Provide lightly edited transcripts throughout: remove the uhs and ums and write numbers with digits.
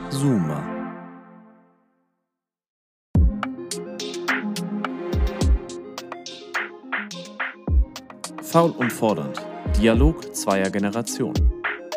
Zoomer. Faul und fordernd. Dialog zweier Generationen.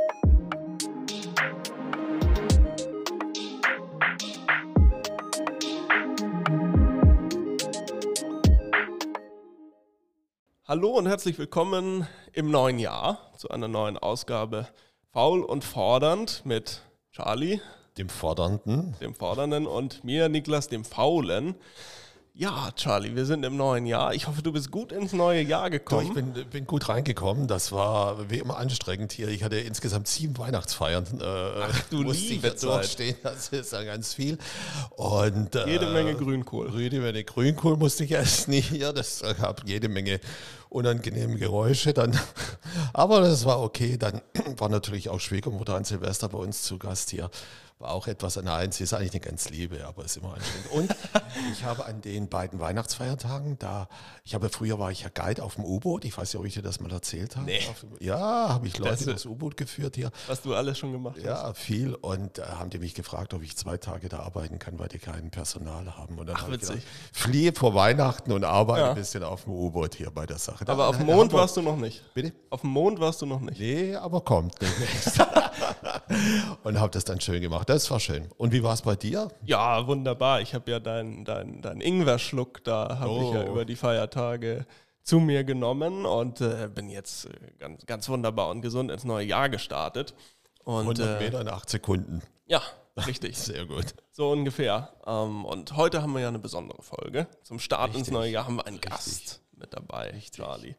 Hallo und herzlich willkommen im neuen Jahr zu einer neuen Ausgabe Faul und fordernd mit Charlie, dem Fordernden, und mir, Niklas, dem Faulen. Ja, Charlie, wir sind im neuen Jahr. Ich hoffe, du bist gut ins neue Jahr gekommen. Ich bin gut reingekommen. Das war wie immer anstrengend hier. Ich hatte insgesamt 7 Weihnachtsfeiern. Ach du liebe Zeit. Durchstehen. Das ist ja ganz viel. Und, jede Menge Grünkohl. Jede Menge Grünkohl musste ich essen hier. Das gab jede Menge unangenehme Geräusche dann. Aber das war okay. Dann war natürlich auch Schwiegermutter an Silvester bei uns zu Gast hier. War auch etwas, nein, sie ist eigentlich eine ganz liebe, aber ist immer anstrengend. Und ich habe an den beiden Weihnachtsfeiertagen, früher war ich ja Guide auf dem U-Boot, ich weiß nicht, ob ich dir das mal erzählt habe. Nee. Ja, habe ich Leute durchs U-Boot geführt hier. Was du alles schon gemacht hast. Ja, viel. Und haben die mich gefragt, ob ich 2 Tage da arbeiten kann, weil die kein Personal haben. Und dann habe ich gedacht, fliehe vor Weihnachten und arbeite ein bisschen auf dem U-Boot hier bei der Sache. Aber auf dem Mond warst du noch nicht. Bitte? Auf dem Mond warst du noch nicht. Nee, aber kommt demnächst. Und habe das dann schön gemacht. Das war schön. Und wie war es bei dir? Ja, wunderbar. Ich habe ja deinen Ingwer-Schluck, da habe ich ja über die Feiertage zu mir genommen und bin jetzt ganz, ganz wunderbar und gesund ins neue Jahr gestartet. Und, 100 Meter in 8 Sekunden. Ja, richtig. Sehr gut. So ungefähr. Und heute haben wir ja eine besondere Folge. Zum Start ins neue Jahr haben wir einen Gast mit dabei, Charlie.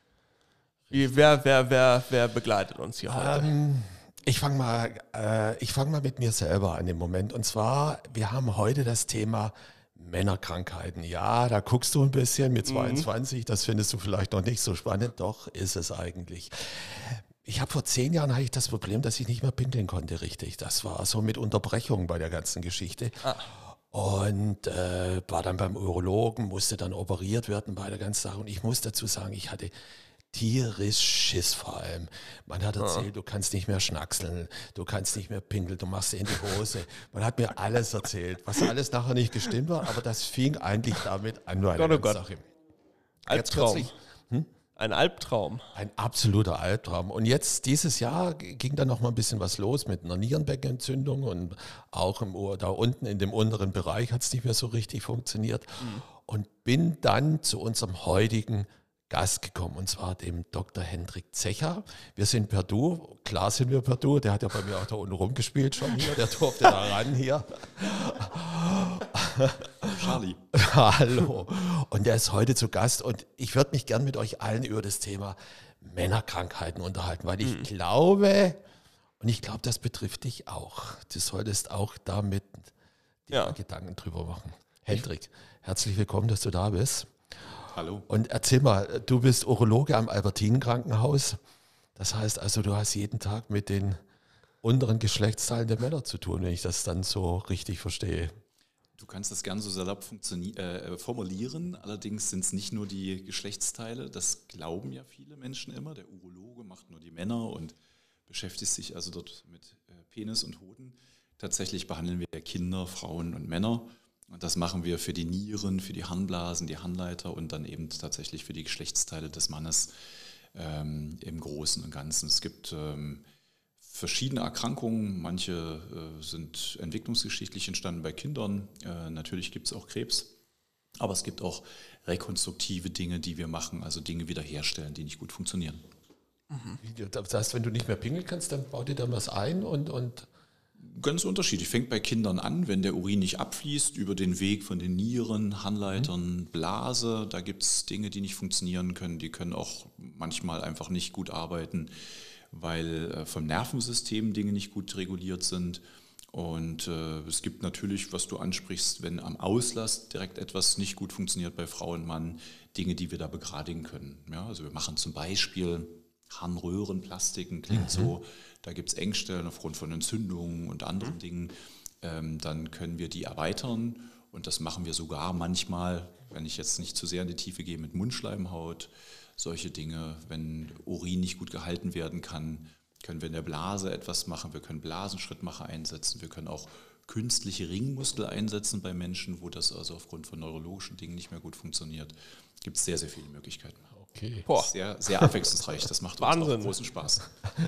Wer begleitet uns hier heute? Ich fange mal mit mir selber an im Moment. Und zwar, wir haben heute das Thema Männerkrankheiten. Ja, da guckst du ein bisschen mit 22, das findest du vielleicht noch nicht so spannend. Doch, ist es eigentlich. Vor 10 Jahren hatte ich das Problem, dass ich nicht mehr pinkeln konnte richtig. Das war so mit Unterbrechung bei der ganzen Geschichte. Und war dann beim Urologen, musste dann operiert werden bei der ganzen Sache. Und ich muss dazu sagen, ich hatte tierisch Schiss vor allem. Man hat erzählt, du kannst nicht mehr schnackseln, du kannst nicht mehr pinkeln, du machst dir in die Hose. Man hat mir alles erzählt, was alles nachher nicht gestimmt war, aber das fing eigentlich damit an, nur eine Sache. Albtraum. Ein Albtraum. Ein absoluter Albtraum. Und jetzt, dieses Jahr, ging dann noch mal ein bisschen was los mit einer Nierenbeckenentzündung und auch da unten in dem unteren Bereich hat es nicht mehr so richtig funktioniert. Und bin dann zu unserem heutigen Gast gekommen, und zwar dem Dr. Hendrik Zecher. Wir sind per Du, klar sind wir per Du, der hat ja bei mir auch da unten rumgespielt schon hier, der durfte da ran hier. Charlie. Hallo. Und der ist heute zu Gast und ich würde mich gern mit euch allen über das Thema Männerkrankheiten unterhalten, weil ich glaube, das betrifft dich auch. Du solltest auch damit dir Gedanken drüber machen. Hendrik, herzlich willkommen, dass du da bist. Hallo. Und erzähl mal, du bist Urologe am Albertinen-Krankenhaus. Das heißt also, du hast jeden Tag mit den unteren Geschlechtsteilen der Männer zu tun, wenn ich das dann so richtig verstehe. Du kannst das gerne so salopp formulieren. Allerdings sind es nicht nur die Geschlechtsteile. Das glauben ja viele Menschen immer. Der Urologe macht nur die Männer und beschäftigt sich also dort mit Penis und Hoden. Tatsächlich behandeln wir Kinder, Frauen und Männer. Und das machen wir für die Nieren, für die Harnblasen, die Harnleiter und dann eben tatsächlich für die Geschlechtsteile des Mannes im Großen und Ganzen. Es gibt verschiedene Erkrankungen, manche sind entwicklungsgeschichtlich entstanden bei Kindern, natürlich gibt es auch Krebs, aber es gibt auch rekonstruktive Dinge, die wir machen, also Dinge wiederherstellen, die nicht gut funktionieren. Das heißt, wenn du nicht mehr pinkeln kannst, dann baut dir dann was ein und Ganz unterschiedlich. Fängt bei Kindern an, wenn der Urin nicht abfließt, über den Weg von den Nieren, Harnleitern, Blase. Da gibt es Dinge, die nicht funktionieren können. Die können auch manchmal einfach nicht gut arbeiten, weil vom Nervensystem Dinge nicht gut reguliert sind. Und es gibt natürlich, was du ansprichst, wenn am Auslass direkt etwas nicht gut funktioniert bei Frau und Mann, Dinge, die wir da begradigen können. Ja, also wir machen zum Beispiel Harnröhrenplastiken, klingt so, da gibt es Engstellen aufgrund von Entzündungen und anderen Dingen, dann können wir die erweitern und das machen wir sogar manchmal, wenn ich jetzt nicht zu sehr in die Tiefe gehe, mit Mundschleimhaut, solche Dinge, wenn Urin nicht gut gehalten werden kann, können wir in der Blase etwas machen, wir können Blasenschrittmacher einsetzen, wir können auch künstliche Ringmuskel einsetzen bei Menschen, wo das also aufgrund von neurologischen Dingen nicht mehr gut funktioniert. Gibt es sehr, sehr viele Möglichkeiten. Okay. Sehr, sehr abwechslungsreich, das macht uns auch großen Spaß.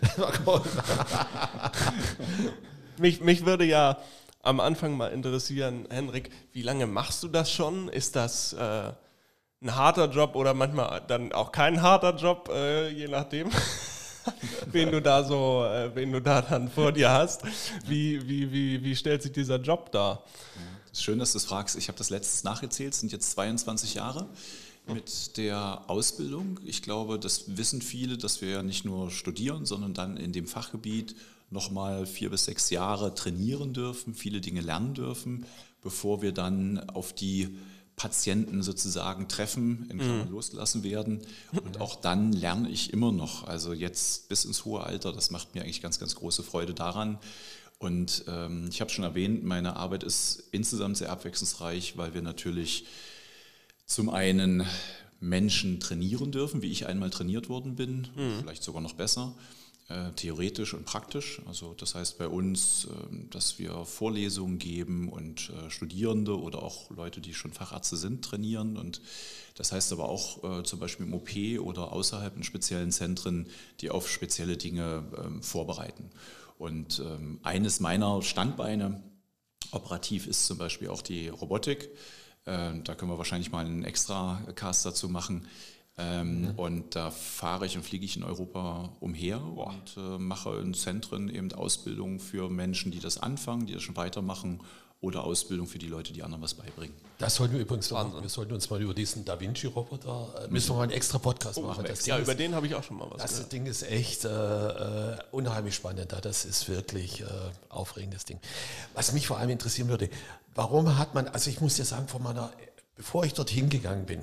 Mich würde ja am Anfang mal interessieren, Henrik, wie lange machst du das schon? Ist das ein harter Job oder manchmal dann auch kein harter Job, je nachdem, wen du da dann vor dir hast? Wie stellt sich dieser Job dar? Es ist schön, dass du es fragst. Ich habe das letztes nachgezählt, es sind jetzt 22 Jahre mit der Ausbildung. Ich glaube, das wissen viele, dass wir ja nicht nur studieren, sondern dann in dem Fachgebiet nochmal 4 bis 6 Jahre trainieren dürfen, viele Dinge lernen dürfen, bevor wir dann auf die Patienten sozusagen treffen, in Klammern losgelassen werden. Und auch dann lerne ich immer noch, also jetzt bis ins hohe Alter, das macht mir eigentlich ganz, ganz große Freude daran. Und ich habe schon erwähnt, meine Arbeit ist insgesamt sehr abwechslungsreich, weil wir natürlich zum einen Menschen trainieren dürfen, wie ich einmal trainiert worden bin, vielleicht sogar noch besser, theoretisch und praktisch. Also das heißt bei uns, dass wir Vorlesungen geben und Studierende oder auch Leute, die schon Fachärzte sind, trainieren. Und das heißt aber auch zum Beispiel im OP oder außerhalb in speziellen Zentren, die auf spezielle Dinge vorbereiten. Und eines meiner Standbeine operativ ist zum Beispiel auch die Robotik. Da können wir wahrscheinlich mal einen extra Cast dazu machen. Und da fahre ich und fliege ich in Europa umher und mache in Zentren eben Ausbildung für Menschen, die das anfangen, die das schon weitermachen, oder Ausbildung für die Leute, die anderen was beibringen. Das sollten wir übrigens machen. Wir sollten uns mal über diesen Da Vinci-Roboter, müssen wir mal einen extra Podcast machen. Über den habe ich auch schon mal was gehört. Das Ding ist echt unheimlich spannend. Das ist wirklich aufregendes Ding. Was mich vor allem interessieren würde, warum hat man, also ich muss dir sagen, bevor ich dorthin gegangen bin,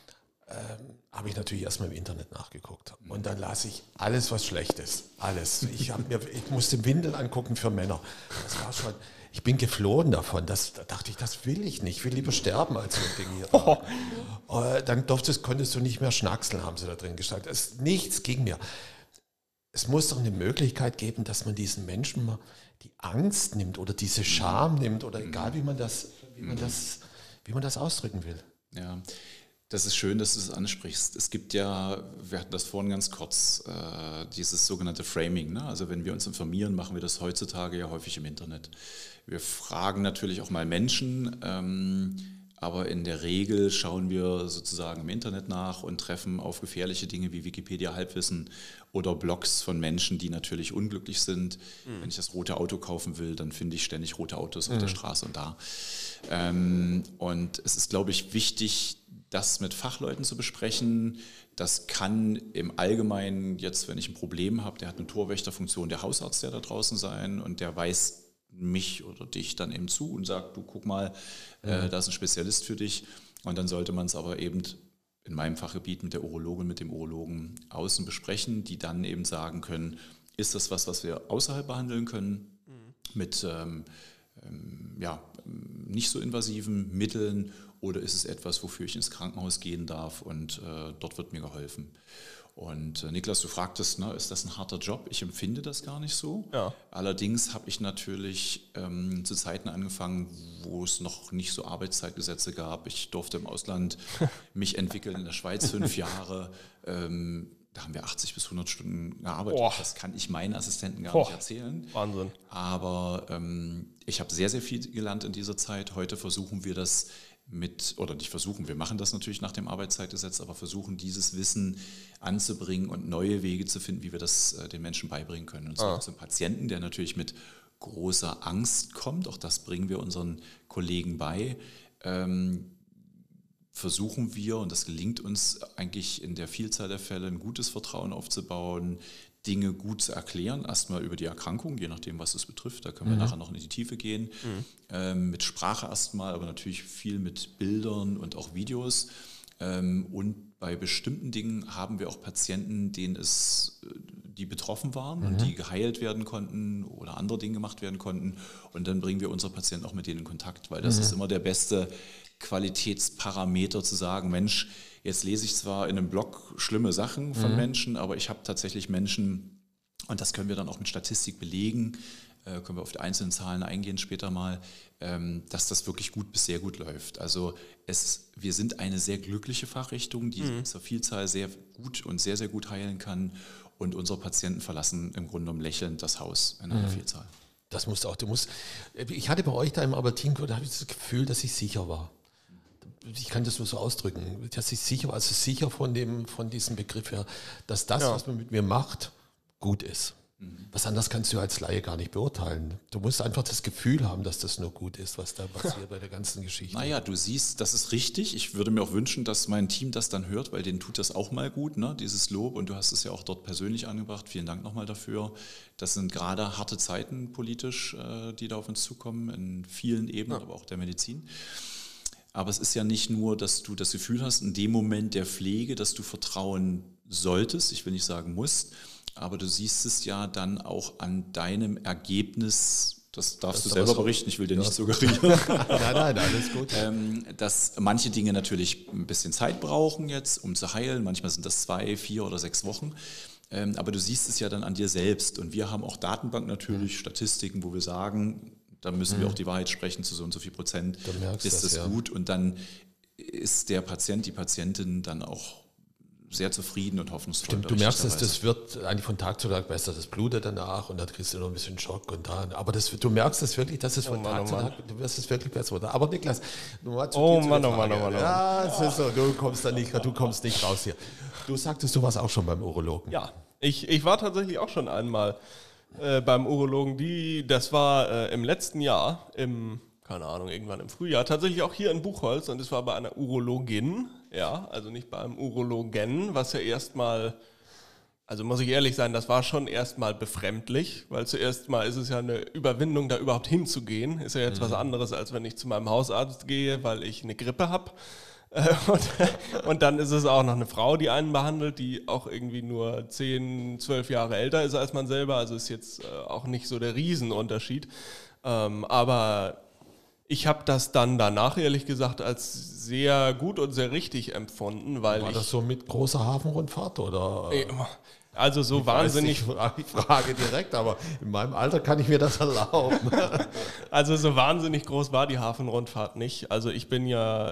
habe ich natürlich erstmal im Internet nachgeguckt. Und dann las ich alles, was schlecht ist. Alles. Ich musste Windeln angucken für Männer. Das war schon, ich bin geflohen davon. Da dachte ich, das will ich nicht. Ich will lieber sterben, als so ein Ding hier. Dann konntest du nicht mehr schnackseln, haben sie da drin gesagt. Nichts ging mir. Es muss doch eine Möglichkeit geben, dass man diesen Menschen mal die Angst nimmt oder diese Scham nimmt oder egal, wie man das ausdrücken will. Ja. Das ist schön, dass du es ansprichst. Es gibt ja, wir hatten das vorhin ganz kurz, dieses sogenannte Framing. Ne? Also wenn wir uns informieren, machen wir das heutzutage ja häufig im Internet. Wir fragen natürlich auch mal Menschen, aber in der Regel schauen wir sozusagen im Internet nach und treffen auf gefährliche Dinge wie Wikipedia Halbwissen oder Blogs von Menschen, die natürlich unglücklich sind. Wenn ich das rote Auto kaufen will, dann finde ich ständig rote Autos auf der Straße und da. Und es ist, glaube ich, wichtig, das mit Fachleuten zu besprechen. Das kann im Allgemeinen jetzt, wenn ich ein Problem habe, der hat eine Torwächterfunktion, der Hausarzt, der da draußen sein und der weist mich oder dich dann eben zu und sagt, du guck mal, da ist ein Spezialist für dich. Und dann sollte man es aber eben in meinem Fachgebiet mit der Urologin, mit dem Urologen außen besprechen, die dann eben sagen können, ist das was wir außerhalb behandeln können mit nicht so invasiven Mitteln oder ist es etwas, wofür ich ins Krankenhaus gehen darf und dort wird mir geholfen. Und Niklas, du fragtest, ist das ein harter Job? Ich empfinde das gar nicht so. Ja. Allerdings habe ich natürlich zu Zeiten angefangen, wo es noch nicht so Arbeitszeitgesetze gab. Ich durfte im Ausland mich entwickeln, in der Schweiz 5 Jahre. Da haben wir 80 bis 100 Stunden gearbeitet. Das kann ich meinen Assistenten gar nicht erzählen. Wahnsinn. Aber ich habe sehr, sehr viel gelernt in dieser Zeit. Heute versuchen wir das wir machen das natürlich nach dem Arbeitszeitgesetz, aber versuchen dieses Wissen anzubringen und neue Wege zu finden, wie wir das den Menschen beibringen können. Und zwar zum Patienten, der natürlich mit großer Angst kommt, auch das bringen wir unseren Kollegen bei, versuchen wir, und das gelingt uns eigentlich in der Vielzahl der Fälle, ein gutes Vertrauen aufzubauen, Dinge gut zu erklären, erstmal über die Erkrankung, je nachdem, was es betrifft, da können wir nachher noch in die Tiefe gehen, mit Sprache erstmal, aber natürlich viel mit Bildern und auch Videos. Und bei bestimmten Dingen haben wir auch Patienten, die betroffen waren und die geheilt werden konnten oder andere Dinge gemacht werden konnten. Und dann bringen wir unsere Patienten auch mit denen in Kontakt, weil das ist immer der beste Qualitätsparameter zu sagen, Mensch, jetzt lese ich zwar in einem Blog schlimme Sachen von Menschen, aber ich habe tatsächlich Menschen Und das können wir dann auch mit Statistik belegen, können wir auf die einzelnen Zahlen eingehen später mal, dass das wirklich gut bis sehr gut läuft. Also wir sind eine sehr glückliche Fachrichtung, die zur Vielzahl sehr gut und sehr, sehr gut heilen kann. Und unsere Patienten verlassen im Grunde genommen lächelnd das Haus in einer Vielzahl. Das musst auch, ich hatte bei euch da im Albertin, da habe ich das Gefühl, dass ich sicher war. Ich kann das nur so ausdrücken, dass ich sicher war, also sicher von diesem Begriff her, dass das, was man mit mir macht, gut ist. Was anderes kannst du als Laie gar nicht beurteilen. Du musst einfach das Gefühl haben, dass das nur gut ist, was da passiert bei der ganzen Geschichte. Naja, du siehst, das ist richtig. Ich würde mir auch wünschen, dass mein Team das dann hört, weil denen tut das auch mal gut, ne? Dieses Lob. Und du hast es ja auch dort persönlich angebracht. Vielen Dank nochmal dafür. Das sind gerade harte Zeiten politisch, die da auf uns zukommen, in vielen Ebenen, aber auch der Medizin. Aber es ist ja nicht nur, dass du das Gefühl hast, in dem Moment der Pflege, dass du vertrauen solltest, ich will nicht sagen musst, aber du siehst es ja dann auch an deinem Ergebnis, das darfst du selber berichten, ich will dir nicht suggerieren. Nein, alles gut. Dass manche Dinge natürlich ein bisschen Zeit brauchen jetzt, um zu heilen. Manchmal sind das 2, 4 oder 6 Wochen. Aber du siehst es ja dann an dir selbst. Und wir haben auch Datenbank natürlich, Statistiken, wo wir sagen, da müssen wir auch die Wahrheit sprechen, zu so und so viel Prozent ist das gut. Und dann ist der Patient, die Patientin dann auch sehr zufrieden und hoffnungsvoll. Stimmt, du merkst es, das wird eigentlich von Tag zu Tag besser, das blutet danach und dann kriegst du noch ein bisschen Schock und dann. Aber du merkst es wirklich, dass es von Tag zu Tag, du wirst es wirklich besser. Aber Niklas, nur mal zu dir. Mann. Ja, es ist so, du kommst nicht raus hier. Du sagtest, du warst auch schon beim Urologen. Ja, ich war tatsächlich auch schon einmal beim Urologen. Das war im letzten Jahr, keine Ahnung, irgendwann im Frühjahr, tatsächlich auch hier in Buchholz und es war bei einer Urologin, ja, also nicht bei einem Urologen, was ja erstmal, also muss ich ehrlich sein, das war schon erstmal befremdlich, weil zuerst mal ist es ja eine Überwindung, da überhaupt hinzugehen, ist ja jetzt was anderes, als wenn ich zu meinem Hausarzt gehe, weil ich eine Grippe habe. Und dann ist es auch noch eine Frau, die einen behandelt, die auch irgendwie nur 10, 12 Jahre älter ist als man selber, also ist jetzt auch nicht so der Riesenunterschied, aber ich habe das dann danach, ehrlich gesagt, als sehr gut und sehr richtig empfunden, weil war das so mit großer Hafenrundfahrt oder? Also so wahnsinnig... Ich frage direkt, aber in meinem Alter kann ich mir das erlauben. Also so wahnsinnig groß war die Hafenrundfahrt nicht. Also ich bin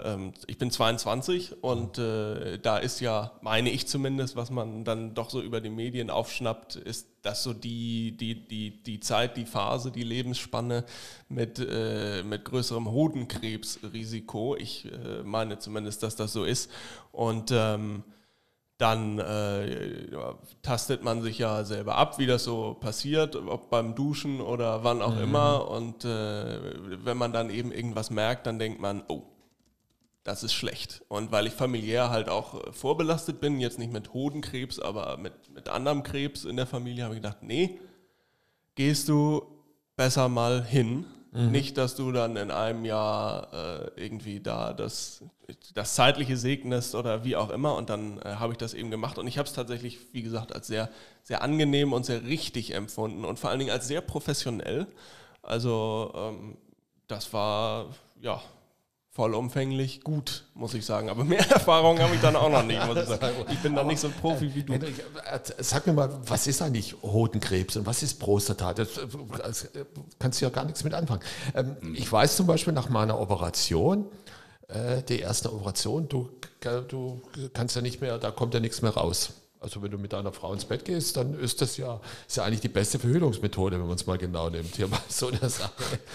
22 und da ist ja, meine ich zumindest, was man dann doch so über die Medien aufschnappt, ist das so die Zeit, die Phase, die Lebensspanne mit größerem Hodenkrebsrisiko. Ich meine zumindest, dass das so ist. Und dann tastet man sich ja selber ab, wie das so passiert, ob beim Duschen oder wann auch immer. Und wenn man dann eben irgendwas merkt, dann denkt man, oh, das ist schlecht. Und weil ich familiär halt auch vorbelastet bin, jetzt nicht mit Hodenkrebs, aber mit anderem Krebs in der Familie, habe ich gedacht, nee, gehst du besser mal hin. Nicht, dass du dann in einem Jahr irgendwie da das Zeitliche segnest oder wie auch immer. Und dann habe ich das eben gemacht. Und ich habe es tatsächlich, wie gesagt, als sehr, sehr angenehm und sehr richtig empfunden und vor allen Dingen als sehr professionell. Also das war, ja, vollumfänglich gut, muss ich sagen. Aber mehr Erfahrung habe ich dann auch noch nicht, muss ich sagen. Ich bin da nicht so ein Profi wie du. Sag mir mal, was ist eigentlich Hodenkrebs und was ist Prostata? Das kannst du ja gar nichts mit anfangen. Ich weiß zum Beispiel nach meiner Operation, die erste Operation, du kannst ja nicht mehr, da kommt ja nichts mehr raus. Also wenn du mit deiner Frau ins Bett gehst, dann ist das ja eigentlich die beste Verhütungsmethode, wenn man es mal genau nimmt. Hier mal so eine Sache.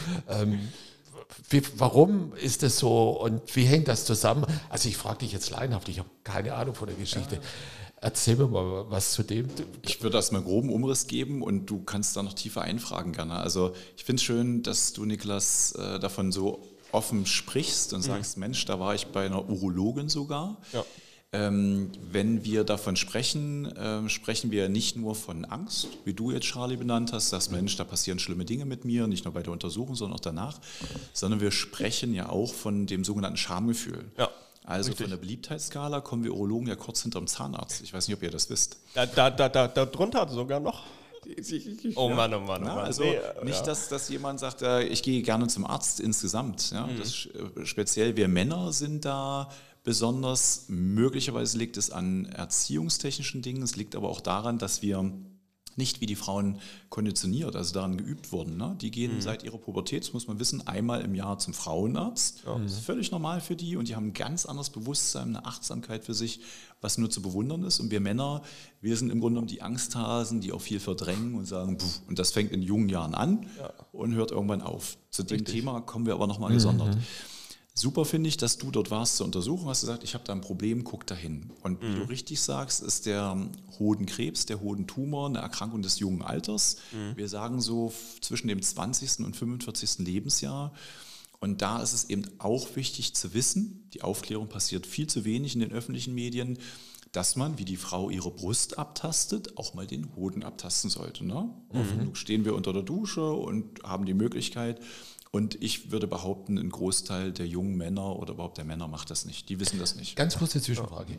Warum ist das so und wie hängt das zusammen? Also ich frage dich jetzt laienhaft, ich habe keine Ahnung von der Geschichte. Erzähl mir mal was zu dem. Ich würde erst mal einen groben Umriss geben und du kannst da noch tiefer einfragen gerne. Also ich finde es schön, dass du, Niklas, davon so offen sprichst und sagst, Mensch, da war ich bei einer Urologin sogar. Ja. Wenn wir davon sprechen, sprechen wir nicht nur von Angst, wie du jetzt, Charlie, benannt hast, sagst, Mensch, da passieren schlimme Dinge mit mir, nicht nur bei der Untersuchung, sondern auch danach, sondern wir sprechen ja auch von dem sogenannten Schamgefühl. Ja, also richtig. Von der Beliebtheitsskala kommen wir Urologen ja kurz hinterm Zahnarzt. Ich weiß nicht, ob ihr das wisst. Da drunter sogar noch. Oh Mann. Also nicht, dass jemand sagt, ich gehe gerne zum Arzt insgesamt. Ja? Das, speziell wir Männer sind da besonders, möglicherweise liegt es an erziehungstechnischen Dingen, es liegt aber auch daran, dass wir nicht wie die Frauen konditioniert, also daran geübt wurden. Ne? Die gehen seit ihrer Pubertät, das muss man wissen, einmal im Jahr zum Frauenarzt. Das ist völlig normal für die und die haben ein ganz anderes Bewusstsein, eine Achtsamkeit für sich, was nur zu bewundern ist. Und wir Männer, wir sind im Grunde genommen die Angsthasen, die auch viel verdrängen und sagen, puh, und das fängt in jungen Jahren an und hört irgendwann auf. Zu dem Thema kommen wir aber nochmal gesondert. Super finde ich, dass du dort warst zur Untersuchung, hast gesagt, ich habe da ein Problem, guck dahin. Und wie du richtig sagst, ist der Hodenkrebs, der Hodentumor eine Erkrankung des jungen Alters. Wir sagen so zwischen dem 20. und 45. Lebensjahr. Und da ist es eben auch wichtig zu wissen, die Aufklärung passiert viel zu wenig in den öffentlichen Medien, dass man, wie die Frau ihre Brust abtastet, auch mal den Hoden abtasten sollte. Ne? Oft genug stehen wir unter der Dusche und haben die Möglichkeit. Und ich würde behaupten, ein Großteil der jungen Männer oder überhaupt der Männer macht das nicht. Die wissen das nicht. Ganz kurze Zwischenfrage.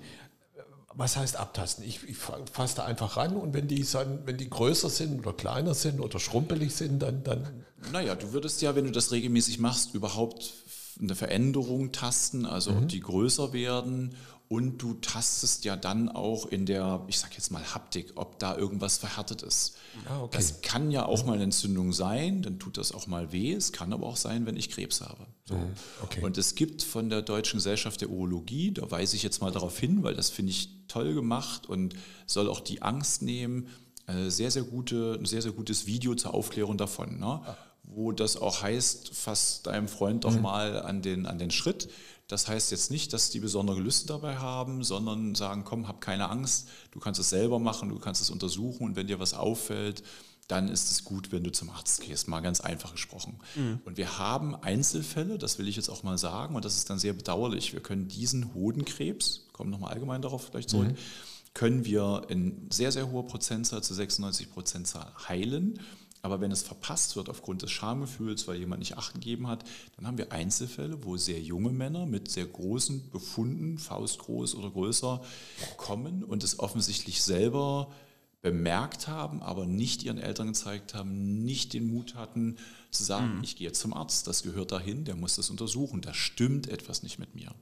Was heißt abtasten? Ich fasse da einfach ran und wenn die größer sind oder kleiner sind oder schrumpelig sind, dann... Naja, du würdest ja, wenn du das regelmäßig machst, überhaupt eine Veränderung tasten, also ob die größer werden. Und du tastest ja dann auch in der, ich sag jetzt mal Haptik, ob da irgendwas verhärtet ist. Okay. Das kann ja auch mal eine Entzündung sein, dann tut das auch mal weh. Es kann aber auch sein, wenn ich Krebs habe. So. Okay. Und es gibt von der Deutschen Gesellschaft der Urologie, da weise ich jetzt mal darauf hin, weil das finde ich toll gemacht und soll auch die Angst nehmen, ein sehr, sehr gutes Video zur Aufklärung davon, ne? Wo das auch heißt, fass deinem Freund doch mal an den Schritt. Das heißt jetzt nicht, dass die besondere Lust dabei haben, sondern sagen, komm, hab keine Angst, du kannst es selber machen, du kannst es untersuchen und wenn dir was auffällt, dann ist es gut, wenn du zum Arzt gehst, mal ganz einfach gesprochen. Und wir haben Einzelfälle, das will ich jetzt auch mal sagen, und das ist dann sehr bedauerlich, wir können diesen Hodenkrebs, kommen nochmal allgemein darauf vielleicht zurück, können wir in sehr, sehr hoher Prozentzahl, zu 96% heilen. Aber wenn es verpasst wird aufgrund des Schamgefühls, weil jemand nicht Acht gegeben hat, dann haben wir Einzelfälle, wo sehr junge Männer mit sehr großen Befunden, faustgroß oder größer, kommen und es offensichtlich selber bemerkt haben, aber nicht ihren Eltern gezeigt haben, nicht den Mut hatten zu sagen, ich gehe jetzt zum Arzt, das gehört dahin, der muss das untersuchen, da stimmt etwas nicht mit mir.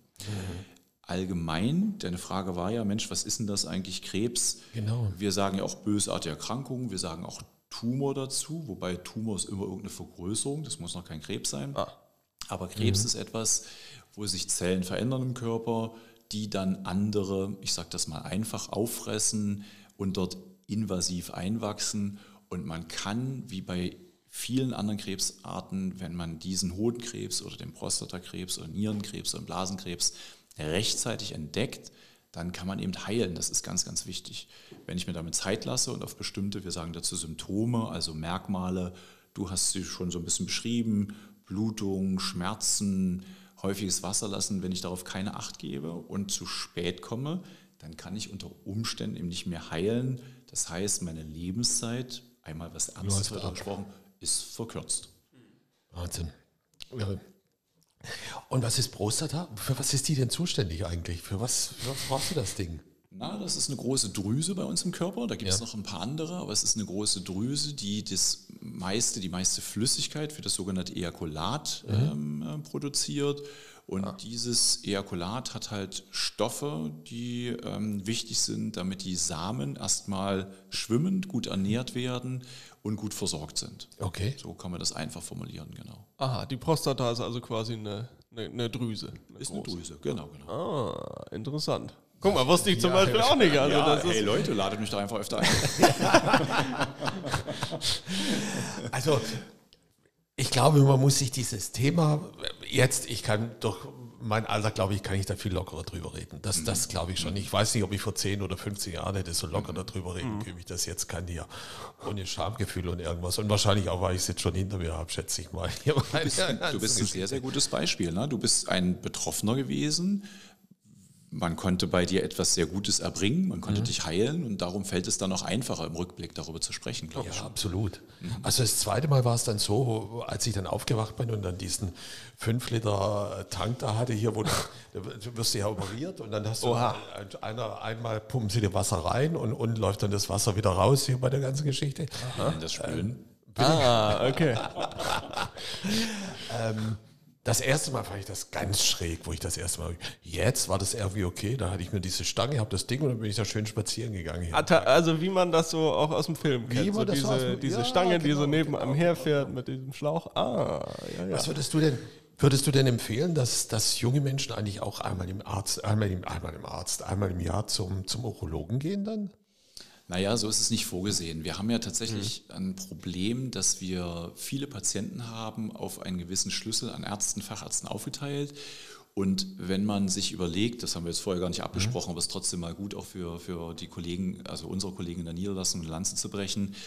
Allgemein, deine Frage war ja, Mensch, was ist denn das eigentlich, Krebs? Genau. Wir sagen ja auch bösartige Erkrankungen, wir sagen auch Tumor dazu, wobei Tumor ist immer irgendeine Vergrößerung, das muss noch kein Krebs sein. Aber Krebs ist etwas, wo sich Zellen verändern im Körper, die dann andere, ich sage das mal einfach, auffressen und dort invasiv einwachsen. Und man kann, wie bei vielen anderen Krebsarten, wenn man diesen Hodenkrebs oder den Prostatakrebs oder Nierenkrebs oder Blasenkrebs rechtzeitig entdeckt, dann kann man eben heilen. Das ist ganz, ganz wichtig. Wenn ich mir damit Zeit lasse und auf bestimmte, wir sagen dazu Symptome, also Merkmale, du hast sie schon so ein bisschen beschrieben, Blutung, Schmerzen, häufiges Wasserlassen, wenn ich darauf keine Acht gebe und zu spät komme, dann kann ich unter Umständen eben nicht mehr heilen. Das heißt, meine Lebenszeit, einmal was Ernstes heute gesprochen, ist verkürzt. Wahnsinn. Ja. Und was ist Prostata? Für was ist die denn zuständig eigentlich? Für was brauchst du das Ding? Na, das ist eine große Drüse bei uns im Körper. Da gibt es noch ein paar andere, aber es ist eine große Drüse, die die meiste Flüssigkeit für das sogenannte Ejakulat produziert. Und dieses Ejakulat hat halt Stoffe, die wichtig sind, damit die Samen erstmal schwimmend, gut ernährt werden und gut versorgt sind. Okay. So kann man das einfach formulieren, genau. Aha, die Prostata ist also quasi eine Drüse. Ist eine Drüse, genau. Ah, interessant. Guck mal, wusste ich zum Beispiel auch nicht. Also Ja, das hey ist Leute, ladet mich doch einfach öfter ein. Also, ich glaube, man muss sich dieses Thema jetzt, ich kann doch, mein Alter, glaube ich, kann ich da viel lockerer drüber reden. Das glaube ich schon. Ich weiß nicht, ob ich vor 10 oder 15 Jahren hätte so locker darüber reden können, wie ich das jetzt kann hier. Ohne Schamgefühl und irgendwas. Und wahrscheinlich auch, weil ich es jetzt schon hinter mir habe, schätze ich mal. Du bist ein sehr, sehr gutes Beispiel. Ne? Du bist ein Betroffener gewesen. Man konnte bei dir etwas sehr Gutes erbringen, man konnte dich heilen und darum fällt es dann auch einfacher im Rückblick darüber zu sprechen, glaube ich. Ja, absolut. Also das zweite Mal war es dann so, als ich dann aufgewacht bin und dann diesen 5 Liter Tank da hatte hier, wo du wirst ja operiert und dann hast du einmal pumpen sie dir Wasser rein und läuft dann das Wasser wieder raus hier bei der ganzen Geschichte. Das Spülen. okay. Das erste Mal fand ich das ganz schräg, wo ich das erste Mal, jetzt war das irgendwie okay, da hatte ich mir diese Stange, habe das Ding und dann bin ich da schön spazieren gegangen. Also wie man das so auch aus dem Film kennt, so diese Stange, die so neben einem herfährt mit diesem Schlauch. Ja. Was würdest du denn empfehlen, dass junge Menschen eigentlich auch einmal im Jahr zum Urologen gehen dann? Naja, so ist es nicht vorgesehen. Wir haben ja tatsächlich ein Problem, dass wir viele Patienten haben auf einen gewissen Schlüssel an Ärzten, Fachärzten aufgeteilt. Und wenn man sich überlegt, das haben wir jetzt vorher gar nicht abgesprochen, aber es ist trotzdem mal gut auch für die Kollegen, also unsere Kollegen in der Niederlassung eine Lanze zu brechen,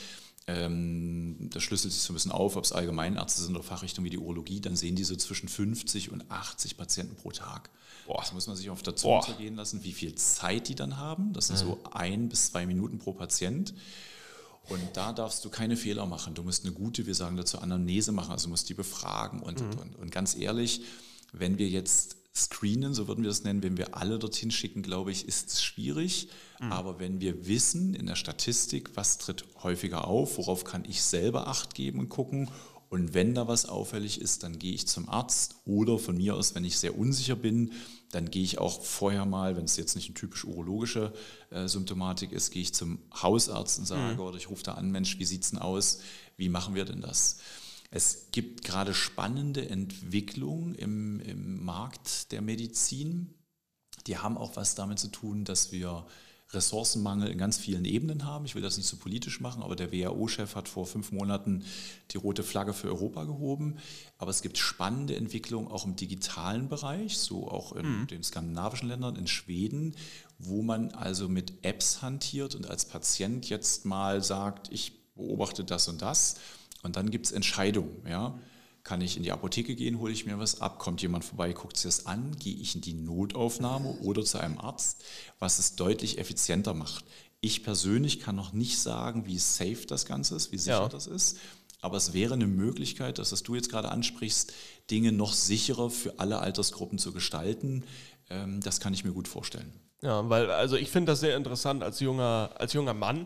da schlüsselt sich so ein bisschen auf, ob es Allgemeinärzte sind oder Fachrichtungen wie die Urologie, dann sehen die so zwischen 50 und 80 Patienten pro Tag. Das muss man sich auf der Zunge zergehen lassen, wie viel Zeit die dann haben. Das sind so 1 bis 2 Minuten pro Patient. Und da darfst du keine Fehler machen. Du musst eine gute, wir sagen dazu, Anamnese machen, also du musst die befragen und. Und ganz ehrlich, wenn wir jetzt screenen, so würden wir das nennen, wenn wir alle dorthin schicken, glaube ich, ist es schwierig. Aber wenn wir wissen in der Statistik, was tritt häufiger auf, worauf kann ich selber Acht geben und gucken, und wenn da was auffällig ist, dann gehe ich zum Arzt oder von mir aus, wenn ich sehr unsicher bin, dann gehe ich auch vorher mal, wenn es jetzt nicht eine typisch urologische Symptomatik ist, gehe ich zum Hausarzt und sage, oder ich rufe da an, Mensch, wie sieht es denn aus, wie machen wir denn das? Es gibt gerade spannende Entwicklungen im Markt der Medizin. Die haben auch was damit zu tun, dass wir Ressourcenmangel in ganz vielen Ebenen haben. Ich will das nicht so politisch machen, aber der WHO-Chef hat vor 5 Monaten die rote Flagge für Europa gehoben. Aber es gibt spannende Entwicklungen auch im digitalen Bereich, so auch in den skandinavischen Ländern, in Schweden, wo man also mit Apps hantiert und als Patient jetzt mal sagt, ich beobachte das und das. Und dann gibt es Entscheidungen, ja. Kann ich in die Apotheke gehen, hole ich mir was ab, kommt jemand vorbei, guckt sich das an, gehe ich in die Notaufnahme oder zu einem Arzt, was es deutlich effizienter macht. Ich persönlich kann noch nicht sagen, wie safe das Ganze ist, wie sicher das ist, aber es wäre eine Möglichkeit, das, was du jetzt gerade ansprichst, Dinge noch sicherer für alle Altersgruppen zu gestalten. Das kann ich mir gut vorstellen. Ja, weil also ich finde das sehr interessant als junger Mann.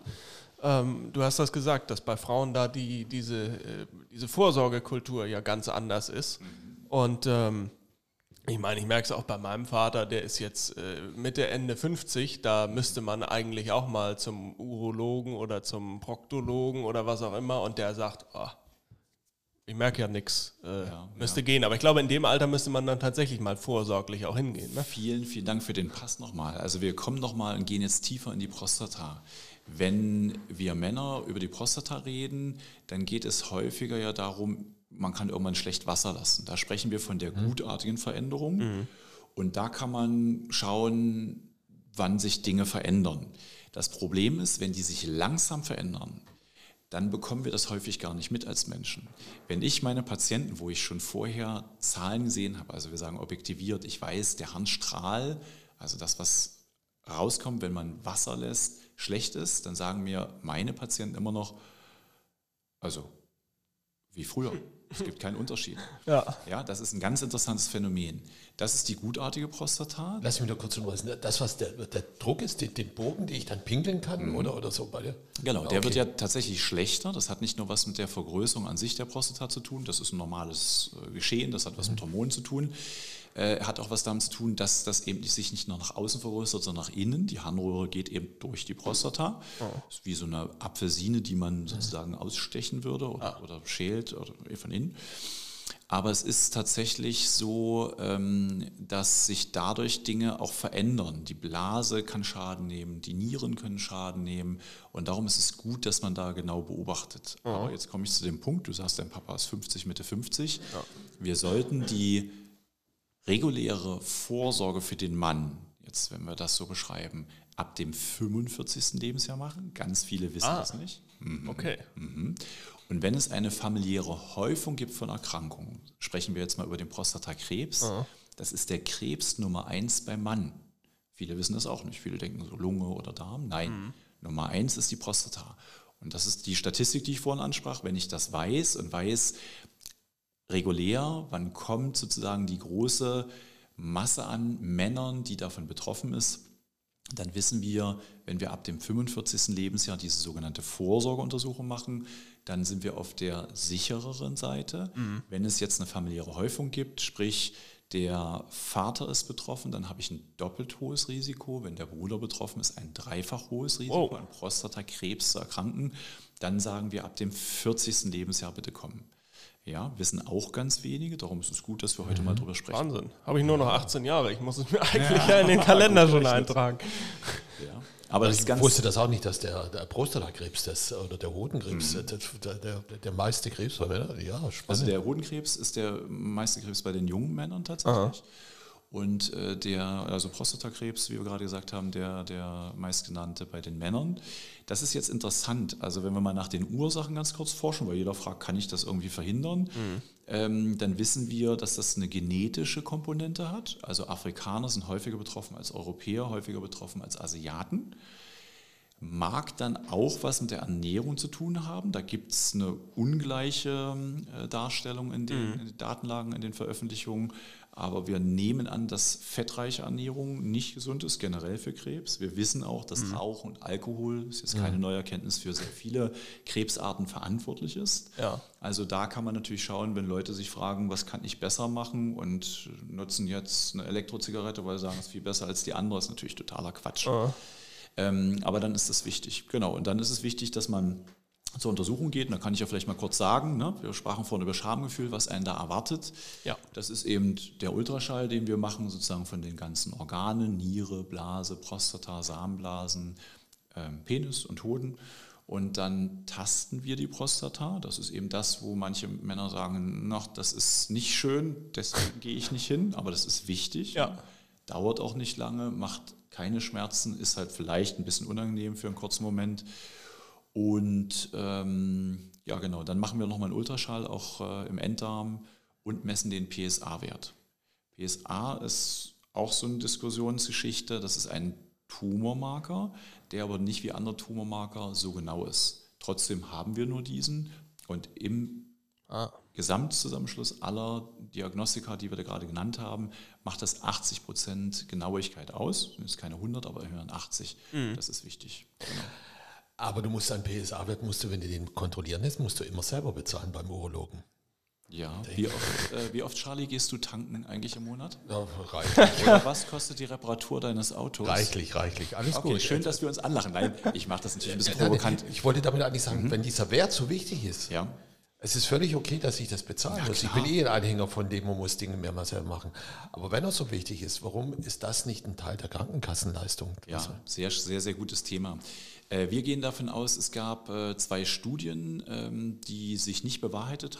Du hast das gesagt, dass bei Frauen da diese Vorsorgekultur ja ganz anders ist. Und ich meine, ich merke es auch bei meinem Vater, der ist jetzt Mitte, Ende 50, da müsste man eigentlich auch mal zum Urologen oder zum Proktologen oder was auch immer, und der sagt, ich merke ja nichts, müsste gehen. Aber ich glaube, in dem Alter müsste man dann tatsächlich mal vorsorglich auch hingehen. Ne? Vielen, vielen Dank für den Pass nochmal. Also wir kommen nochmal und gehen jetzt tiefer in die Prostata. Wenn wir Männer über die Prostata reden, dann geht es häufiger ja darum, man kann irgendwann schlecht Wasser lassen. Da sprechen wir von der gutartigen Veränderung. Und da kann man schauen, wann sich Dinge verändern. Das Problem ist, wenn die sich langsam verändern, dann bekommen wir das häufig gar nicht mit als Menschen. Wenn ich meine Patienten, wo ich schon vorher Zahlen gesehen habe, also wir sagen objektiviert, ich weiß, der Harnstrahl, also das, was rauskommt, wenn man Wasser lässt, schlecht ist, dann sagen mir meine Patienten immer noch, also wie früher. Es gibt keinen Unterschied. Ja, das ist ein ganz interessantes Phänomen. Das ist die gutartige Prostata. Lass mich da kurz unterbrechen. Das, was der Druck ist, den Bogen, den ich dann pinkeln kann oder so bei der? Genau, der wird ja tatsächlich schlechter. Das hat nicht nur was mit der Vergrößerung an sich der Prostata zu tun. Das ist ein normales Geschehen. Das hat was mit Hormonen zu tun. Hat auch was damit zu tun, dass das eben sich nicht nur nach außen vergrößert, sondern nach innen. Die Harnröhre geht eben durch die Prostata. Das ist wie so eine Apfelsine, die man sozusagen ausstechen würde oder schält oder von innen. Aber es ist tatsächlich so, dass sich dadurch Dinge auch verändern. Die Blase kann Schaden nehmen, die Nieren können Schaden nehmen. Und darum ist es gut, dass man da genau beobachtet. Aber jetzt komme ich zu dem Punkt, du sagst, dein Papa ist 50, Mitte 50. Wir sollten die reguläre Vorsorge für den Mann, jetzt wenn wir das so beschreiben, ab dem 45. Lebensjahr machen. Ganz viele wissen das nicht. Okay. Und wenn es eine familiäre Häufung gibt von Erkrankungen, sprechen wir jetzt mal über den Prostatakrebs, das ist der Krebs Nummer 1 beim Mann. Viele wissen das auch nicht. Viele denken so Lunge oder Darm. Nein, Nummer 1 ist die Prostata. Und das ist die Statistik, die ich vorhin ansprach. Wenn ich das weiß und weiß, regulär, wann kommt sozusagen die große Masse an Männern, die davon betroffen ist, dann wissen wir, wenn wir ab dem 45. Lebensjahr diese sogenannte Vorsorgeuntersuchung machen, dann sind wir auf der sichereren Seite. Wenn es jetzt eine familiäre Häufung gibt, sprich der Vater ist betroffen, dann habe ich ein doppelt hohes Risiko. Wenn der Bruder betroffen ist, ein dreifach hohes Risiko, an Prostatakrebs zu erkranken. Dann sagen wir ab dem 40. Lebensjahr bitte kommen. Ja, wissen auch ganz wenige, darum ist es gut, dass wir heute mal drüber sprechen. Wahnsinn, habe ich nur noch 18 Jahre, ich muss es mir eigentlich in den Kalender schon eintragen. Ja. Aber das ist ich wusste das auch nicht, dass der Prostatakrebs oder der Hodenkrebs der meiste Krebs war. Ja, spannend. Also der Hodenkrebs ist der meiste Krebs bei den jungen Männern tatsächlich. Aha. Und also Prostatakrebs, wie wir gerade gesagt haben, der meistgenannte bei den Männern. Das ist jetzt interessant. Also wenn wir mal nach den Ursachen ganz kurz forschen, weil jeder fragt, kann ich das irgendwie verhindern? Dann wissen wir, dass das eine genetische Komponente hat. Also Afrikaner sind häufiger betroffen als Europäer, häufiger betroffen als Asiaten. Mag dann auch was mit der Ernährung zu tun haben. Da gibt es eine ungleiche Darstellung in den Datenlagen, in den Veröffentlichungen. Aber wir nehmen an, dass fettreiche Ernährung nicht gesund ist, generell für Krebs. Wir wissen auch, dass Rauchen und Alkohol, das ist jetzt keine neue Erkenntnis, für sehr viele Krebsarten verantwortlich ist. Ja. Also da kann man natürlich schauen, wenn Leute sich fragen, was kann ich besser machen und nutzen jetzt eine Elektrozigarette, weil sie sagen, es ist viel besser als die andere, ist natürlich totaler Quatsch. Aber dann ist das wichtig. Genau, und dann ist es wichtig, dass man zur Untersuchung geht. Und da kann ich ja vielleicht mal kurz sagen, ne? Wir sprachen vorhin über Schamgefühl, was einen da erwartet. Ja. Das ist eben der Ultraschall, den wir machen, sozusagen von den ganzen Organen, Niere, Blase, Prostata, Samenblasen, Penis und Hoden. Und dann tasten wir die Prostata. Das ist eben das, wo manche Männer sagen, das ist nicht schön, deswegen gehe ich nicht hin, aber das ist wichtig. Ja. Dauert auch nicht lange, macht keine Schmerzen, ist halt vielleicht ein bisschen unangenehm für einen kurzen Moment. Und ja genau, dann machen wir nochmal einen Ultraschall auch im Enddarm und messen den PSA-Wert. PSA ist auch so eine Diskussionsgeschichte, das ist ein Tumormarker, der aber nicht wie andere Tumormarker so genau ist. Trotzdem haben wir nur diesen und im Gesamtzusammenschluss aller Diagnostika, die wir da gerade genannt haben, macht das 80% Genauigkeit aus. Das ist keine 100, aber immerhin 80. Das ist wichtig. Genau. Aber du musst deinen PSA-Wert, wenn du den kontrollieren lässt, musst du immer selber bezahlen beim Urologen. Ja, wie oft, Charlie, gehst du tanken eigentlich im Monat? Ja, reichlich. Oder was kostet die Reparatur deines Autos? Reichlich, alles gut. Okay, schön, dass wir uns anlachen. Nein, ich mache das natürlich ein bisschen provokant. Ich wollte damit eigentlich sagen, wenn dieser Wert so wichtig ist, es ist völlig okay, dass ich das bezahlen muss. Ich bin ein Anhänger von dem, man muss Dinge mehrmals selber machen. Aber wenn er so wichtig ist, warum ist das nicht ein Teil der Krankenkassenleistung? Ja, sehr, sehr, sehr gutes Thema. Wir gehen davon aus, es gab 2 Studien, die sich nicht bewahrheitet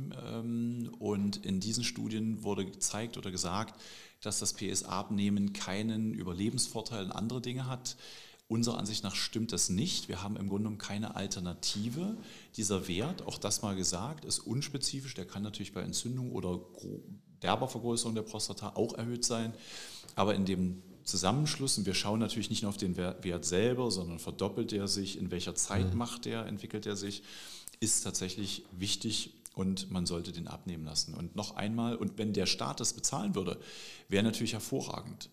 haben. Und in diesen Studien wurde gezeigt oder gesagt, dass das PSA-Abnehmen keinen Überlebensvorteil und andere Dinge hat. Unserer Ansicht nach stimmt das nicht. Wir haben im Grunde genommen keine Alternative. Dieser Wert, auch das mal gesagt, ist unspezifisch. Der kann natürlich bei Entzündung oder derber Vergrößerung der Prostata auch erhöht sein. Aber in dem Zusammenschluss, und wir schauen natürlich nicht nur auf den Wert selber, sondern verdoppelt er sich, in welcher Zeit entwickelt er sich, ist tatsächlich wichtig und man sollte den abnehmen lassen. Und noch einmal, und wenn der Staat das bezahlen würde, wäre natürlich hervorragend.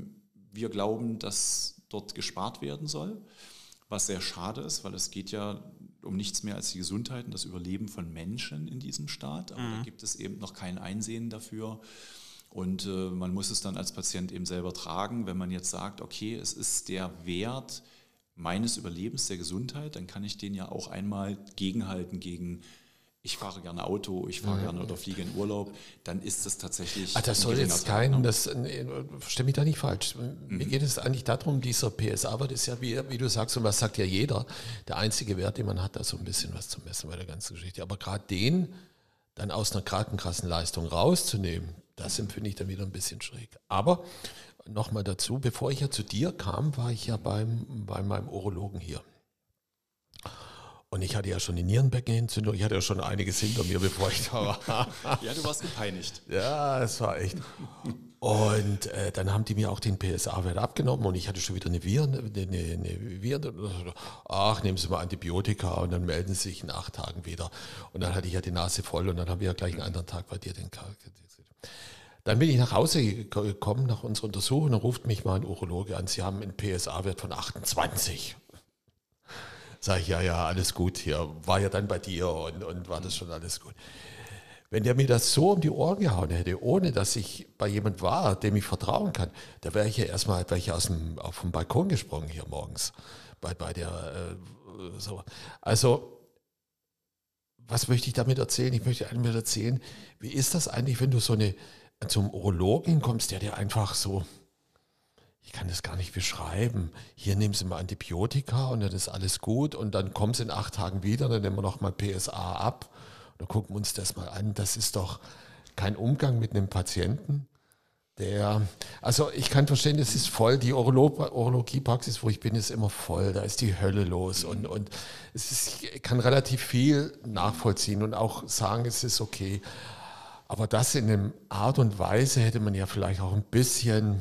Wir glauben, dass dort gespart werden soll, was sehr schade ist, weil es geht ja um nichts mehr als die Gesundheit und das Überleben von Menschen in diesem Staat. Aber da gibt es eben noch kein Einsehen dafür. Und man muss es dann als Patient eben selber tragen. Wenn man jetzt sagt, okay, es ist der Wert meines Überlebens, der Gesundheit, dann kann ich den ja auch einmal gegenhalten gegen, ich fahre gerne Auto, ich fahre gerne oder fliege in Urlaub, dann ist das tatsächlich... das soll jetzt verstehe mich da nicht falsch. Mir geht es eigentlich darum, dieser PSA-Wert ist ja, wie du sagst, und was sagt ja jeder, der einzige Wert, den man hat, da so ein bisschen was zu messen bei der ganzen Geschichte. Aber gerade den dann aus einer Krankenkassenleistung rauszunehmen, das empfinde ich dann wieder ein bisschen schräg. Aber nochmal dazu, bevor ich ja zu dir kam, war ich ja bei meinem Urologen hier. Und ich hatte ja schon eine Nierenbeckenentzündung, ich hatte ja schon einiges hinter mir, bevor ich da war. Ja, du warst gepeinigt. Ja, es war echt. Und dann haben die mir auch den PSA-Wert abgenommen und ich hatte schon wieder eine Viren. Ach, nehmen Sie mal Antibiotika und dann melden Sie sich in 8 Tagen wieder. Und dann hatte ich ja die Nase voll und dann haben wir ja gleich einen anderen Tag bei dir den Dann bin ich nach Hause gekommen nach unserer Untersuchung, dann ruft mich mal ein Urologe an, Sie haben einen PSA-Wert von 28. Sag ich, ja, alles gut hier, war ja dann bei dir und war das schon alles gut. Wenn der mir das so um die Ohren gehauen hätte, ohne dass ich bei jemand war, dem ich vertrauen kann, da wäre ich ja erstmal vom Balkon gesprungen hier morgens bei der so. Also, was möchte ich damit erzählen? Ich möchte damit erzählen, wie ist das eigentlich, wenn du zum Urologen kommst, der dir einfach so, ich kann das gar nicht beschreiben, hier nehmen Sie mal Antibiotika und dann ist alles gut und dann kommen Sie in 8 Tagen wieder, dann nehmen wir nochmal PSA ab und dann gucken wir uns das mal an. Das ist doch kein Umgang mit einem Patienten, also ich kann verstehen, das ist voll, die Urologiepraxis, wo ich bin, ist immer voll, da ist die Hölle los und ich kann relativ viel nachvollziehen und auch sagen, es ist okay. Aber das in einer Art und Weise hätte man ja vielleicht auch ein bisschen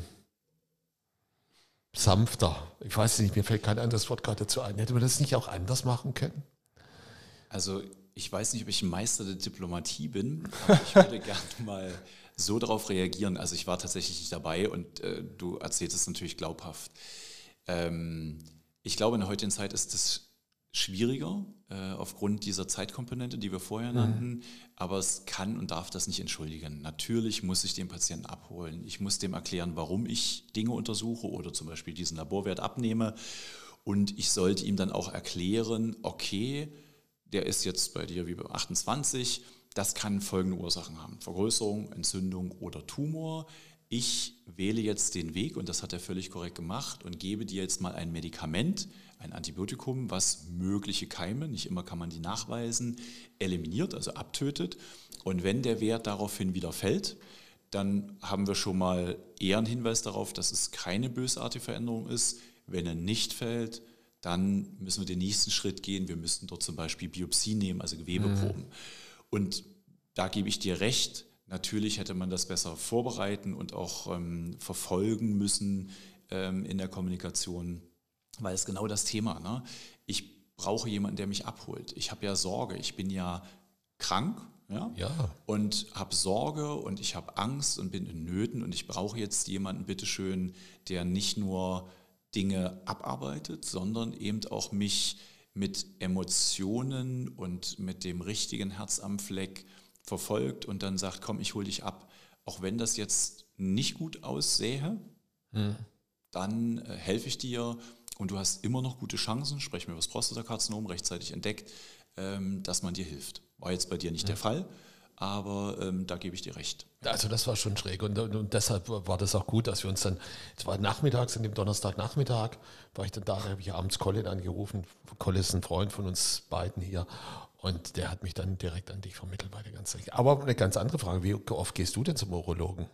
sanfter. Ich weiß nicht, mir fällt kein anderes Wort gerade dazu ein. Hätte man das nicht auch anders machen können? Also ich weiß nicht, ob ich ein Meister der Diplomatie bin, aber ich würde gerne mal so darauf reagieren. Also ich war tatsächlich nicht dabei und du erzählst es natürlich glaubhaft. Ich glaube, in der heutigen Zeit ist es schwieriger aufgrund dieser Zeitkomponente, die wir vorher nannten, aber es kann und darf das nicht entschuldigen. Natürlich muss ich den Patienten abholen. Ich muss dem erklären, warum ich Dinge untersuche oder zum Beispiel diesen Laborwert abnehme und ich sollte ihm dann auch erklären, okay, der ist jetzt bei dir wie bei 28, das kann folgende Ursachen haben: Vergrößerung, Entzündung oder Tumor. Ich wähle jetzt den Weg, und das hat er völlig korrekt gemacht, und gebe dir jetzt mal ein Medikament, ein Antibiotikum, was mögliche Keime, nicht immer kann man die nachweisen, eliminiert, also abtötet. Und wenn der Wert daraufhin wieder fällt, dann haben wir schon mal eher einen Hinweis darauf, dass es keine bösartige Veränderung ist. Wenn er nicht fällt, dann müssen wir den nächsten Schritt gehen. Wir müssten dort zum Beispiel Biopsie nehmen, also Gewebeproben. Und da gebe ich dir recht, natürlich hätte man das besser vorbereiten und auch verfolgen müssen in der Kommunikation, weil es genau das Thema, ne? Ich brauche jemanden, der mich abholt. Ich habe ja Sorge, ich bin ja krank, ja? Und habe Sorge und ich habe Angst und bin in Nöten und ich brauche jetzt jemanden, bitteschön, der nicht nur Dinge abarbeitet, sondern eben auch mich mit Emotionen und mit dem richtigen Herz am Fleck verfolgt und dann sagt, komm, ich hole dich ab. Auch wenn das jetzt nicht gut aussähe, dann helfe ich dir und du hast immer noch gute Chancen, sprechen wir über das Prostatakarzinom, rechtzeitig entdeckt, dass man dir hilft. War jetzt bei dir nicht der Fall, aber da gebe ich dir recht. Also das war schon schräg und deshalb war das auch gut, dass wir uns dann, es war nachmittags, an dem Donnerstagnachmittag, war ich dann da habe ich abends Colin angerufen. Colin ist ein Freund von uns beiden hier und der hat mich dann direkt an dich vermittelt bei der ganzen Sache. Aber eine ganz andere Frage, wie oft gehst du denn zum Urologen?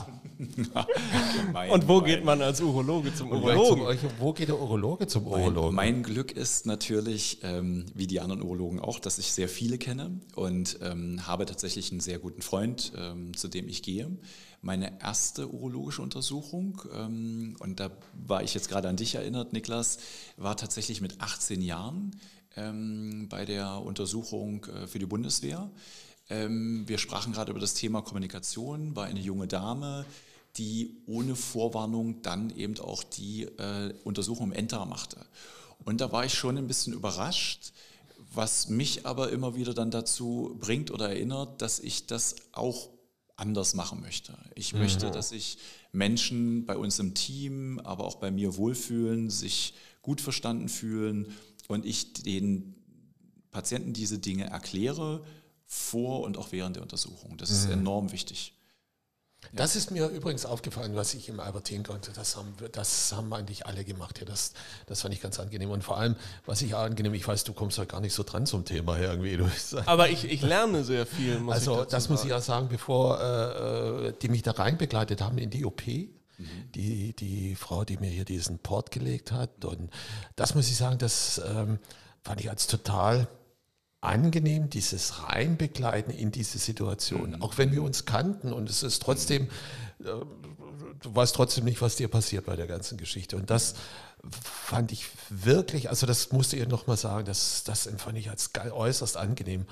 Und wo geht man als Urologe zum Urologen? Wo geht der Urologe zum Urologen? Mein Glück ist natürlich, wie die anderen Urologen auch, dass ich sehr viele kenne und habe tatsächlich einen sehr guten Freund, zu dem ich gehe. Meine erste urologische Untersuchung, und da war ich jetzt gerade an dich erinnert, Niklas, war tatsächlich mit 18 Jahren bei der Untersuchung für die Bundeswehr. Wir sprachen gerade über das Thema Kommunikation, war eine junge Dame, die ohne Vorwarnung dann eben auch die Untersuchung im Enddarm machte. Und da war ich schon ein bisschen überrascht, was mich aber immer wieder dann dazu bringt oder erinnert, dass ich das auch anders machen möchte. Ich möchte, dass sich Menschen bei uns im Team, aber auch bei mir wohlfühlen, sich gut verstanden fühlen und ich den Patienten diese Dinge erkläre, vor und auch während der Untersuchung. Das ist enorm wichtig. Das ist mir übrigens aufgefallen, was ich im Albertin konnte. Das haben eigentlich alle gemacht. Ja, das fand ich ganz angenehm. Und vor allem, was ich auch angenehm, ich weiß, du kommst ja gar nicht so dran zum Thema irgendwie. Aber ich lerne sehr viel. Muss ich auch sagen, bevor die mich da rein begleitet haben in die OP, die Frau, die mir hier diesen Port gelegt hat. Und das muss ich sagen, das fand ich als total angenehm, dieses Reinbegleiten in diese Situation. Auch wenn wir uns kannten und es ist trotzdem, du weißt trotzdem nicht, was dir passiert bei der ganzen Geschichte. Und das fand ich wirklich, also das musste ich nochmal sagen, das empfand ich als äußerst angenehm.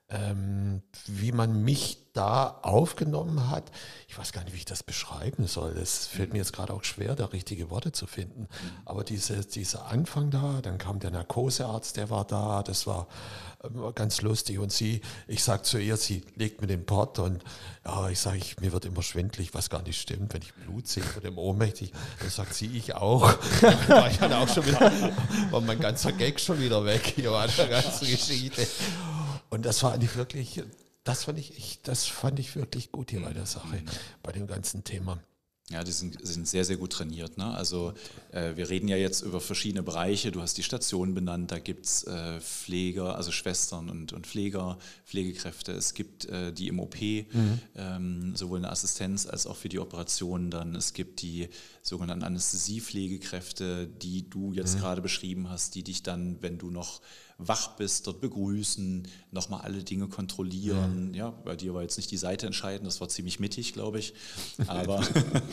wie man mich da aufgenommen hat. Ich weiß gar nicht, wie ich das beschreiben soll. Es fällt mir jetzt gerade auch schwer, da richtige Worte zu finden. Aber dieser Anfang da, dann kam der Narkosearzt, der war da, das war ganz lustig. Und ich sage zu ihr, sie legt mir den Pott und ja, ich sage, mir wird immer schwindelig, was gar nicht stimmt, wenn ich Blut sehe oder dem ohnmächtig. Dann sagt sie, ich auch. Da war ich dann auch schon wieder, war mein ganzer Gag schon wieder weg hier an der ganzen Geschichte. Und das war eigentlich wirklich, das fand ich wirklich gut hier bei der Sache, bei dem ganzen Thema. Ja, die sind sehr, sehr gut trainiert. Ne? Also wir reden ja jetzt über verschiedene Bereiche. Du hast die Station benannt, da gibt es Pfleger, also Schwestern und Pfleger, Pflegekräfte. Es gibt die im OP, sowohl eine Assistenz als auch für die Operationen dann. Es gibt die sogenannten Anästhesiepflegekräfte, die du jetzt gerade beschrieben hast, die dich dann, wenn du noch wach bist, dort begrüßen, nochmal alle Dinge kontrollieren. Ja, bei dir war jetzt nicht die Seite entscheidend, das war ziemlich mittig, glaube ich. Aber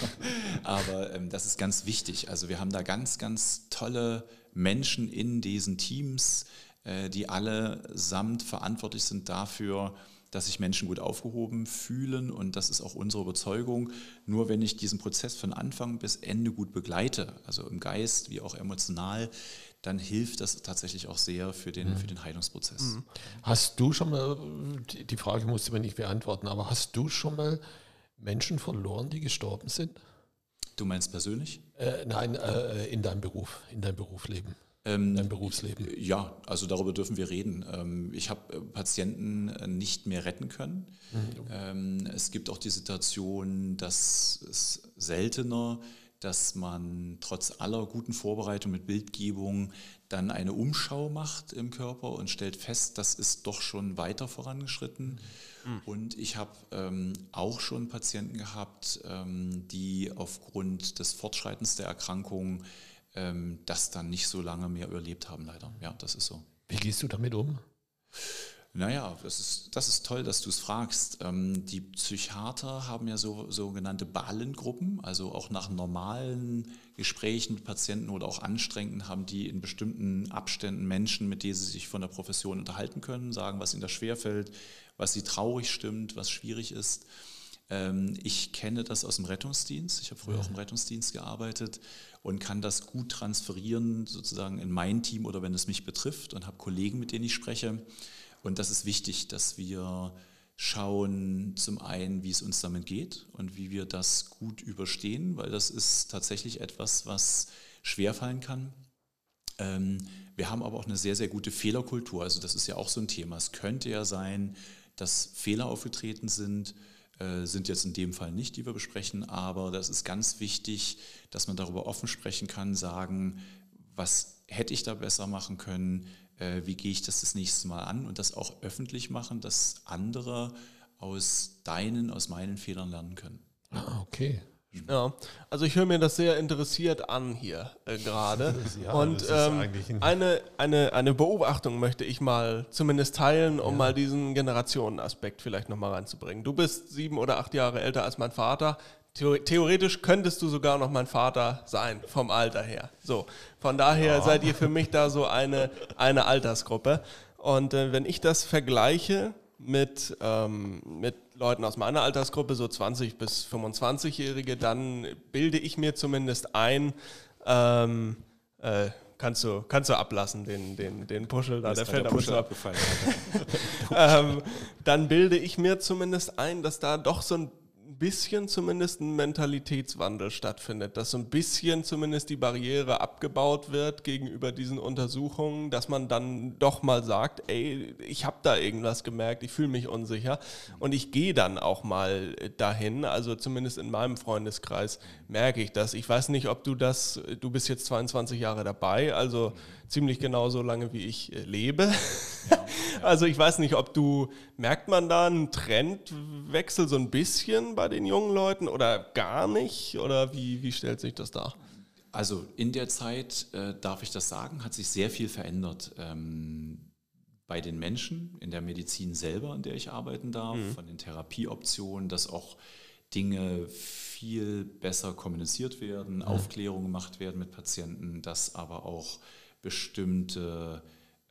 das ist ganz wichtig. Also wir haben da ganz, ganz tolle Menschen in diesen Teams, die allesamt verantwortlich sind dafür, dass sich Menschen gut aufgehoben fühlen, und das ist auch unsere Überzeugung. Nur wenn ich diesen Prozess von Anfang bis Ende gut begleite, also im Geist wie auch emotional, dann hilft das tatsächlich auch sehr für den Heilungsprozess. Hast du schon mal, die Frage musst du mir nicht beantworten, aber hast du schon mal Menschen verloren, die gestorben sind? Du meinst persönlich? Nein, in deinem Berufsleben. Dein Berufsleben. Ja, also darüber dürfen wir reden. Ich habe Patienten nicht mehr retten können. Es gibt auch die Situation, dass es seltener, dass man trotz aller guten Vorbereitung mit Bildgebung dann eine Umschau macht im Körper und stellt fest, das ist doch schon weiter vorangeschritten. Und ich habe auch schon Patienten gehabt, die aufgrund des Fortschreitens der Erkrankung das dann nicht so lange mehr überlebt haben, leider. Ja, das ist so. Wie gehst du damit um? Naja, das ist toll, dass du es fragst. Die Psychiater haben ja sogenannte Balengruppen, also auch nach normalen Gesprächen mit Patienten oder auch anstrengenden haben die in bestimmten Abständen Menschen, mit denen sie sich von der Profession unterhalten können, sagen, was ihnen da schwerfällt, was sie traurig stimmt, was schwierig ist. Ich kenne das aus dem Rettungsdienst. Ich habe früher auch im Rettungsdienst gearbeitet und kann das gut transferieren sozusagen in mein Team oder wenn es mich betrifft, und habe Kollegen, mit denen ich spreche. Und das ist wichtig, dass wir schauen zum einen, wie es uns damit geht und wie wir das gut überstehen, weil das ist tatsächlich etwas, was schwerfallen kann. Wir haben aber auch eine sehr, sehr gute Fehlerkultur. Also das ist ja auch so ein Thema. Es könnte ja sein, dass Fehler aufgetreten sind jetzt in dem Fall nicht, die wir besprechen, aber das ist ganz wichtig, dass man darüber offen sprechen kann, sagen, was hätte ich da besser machen können, wie gehe ich das nächste Mal an, und das auch öffentlich machen, dass andere aus meinen Fehlern lernen können. Ah, okay. Ja, also ich höre mir das sehr interessiert an hier gerade. Ja, und eine Beobachtung möchte ich mal zumindest teilen, um mal diesen Generationenaspekt vielleicht nochmal reinzubringen. Du bist 7 oder 8 Jahre älter als mein Vater. Theoretisch könntest du sogar noch mein Vater sein, vom Alter her. So, von daher seid ihr für mich da so eine Altersgruppe. Und wenn ich das vergleiche mit Leuten aus meiner Altersgruppe, so 20- bis 25-Jährige, dann bilde ich mir zumindest ein, kannst du ablassen, den Puschel da, der fällt aber so abgefallen. Dann bilde ich mir zumindest ein, dass da doch so ein bisschen zumindest ein Mentalitätswandel stattfindet, dass so ein bisschen zumindest die Barriere abgebaut wird gegenüber diesen Untersuchungen, dass man dann doch mal sagt, ey, ich habe da irgendwas gemerkt, ich fühle mich unsicher und ich gehe dann auch mal dahin, also zumindest in meinem Freundeskreis merke ich das. Ich weiß nicht, ob du bist jetzt 22 Jahre dabei, also ziemlich genau so lange, wie ich lebe. Also ich weiß nicht, merkt man da einen Trendwechsel so ein bisschen bei den jungen Leuten oder gar nicht? Oder wie stellt sich das dar? Also in der Zeit, darf ich das sagen, hat sich sehr viel verändert bei den Menschen, in der Medizin selber, in der ich arbeiten darf, von den Therapieoptionen, dass auch Dinge viel besser kommuniziert werden, Aufklärung gemacht werden mit Patienten, dass aber auch bestimmte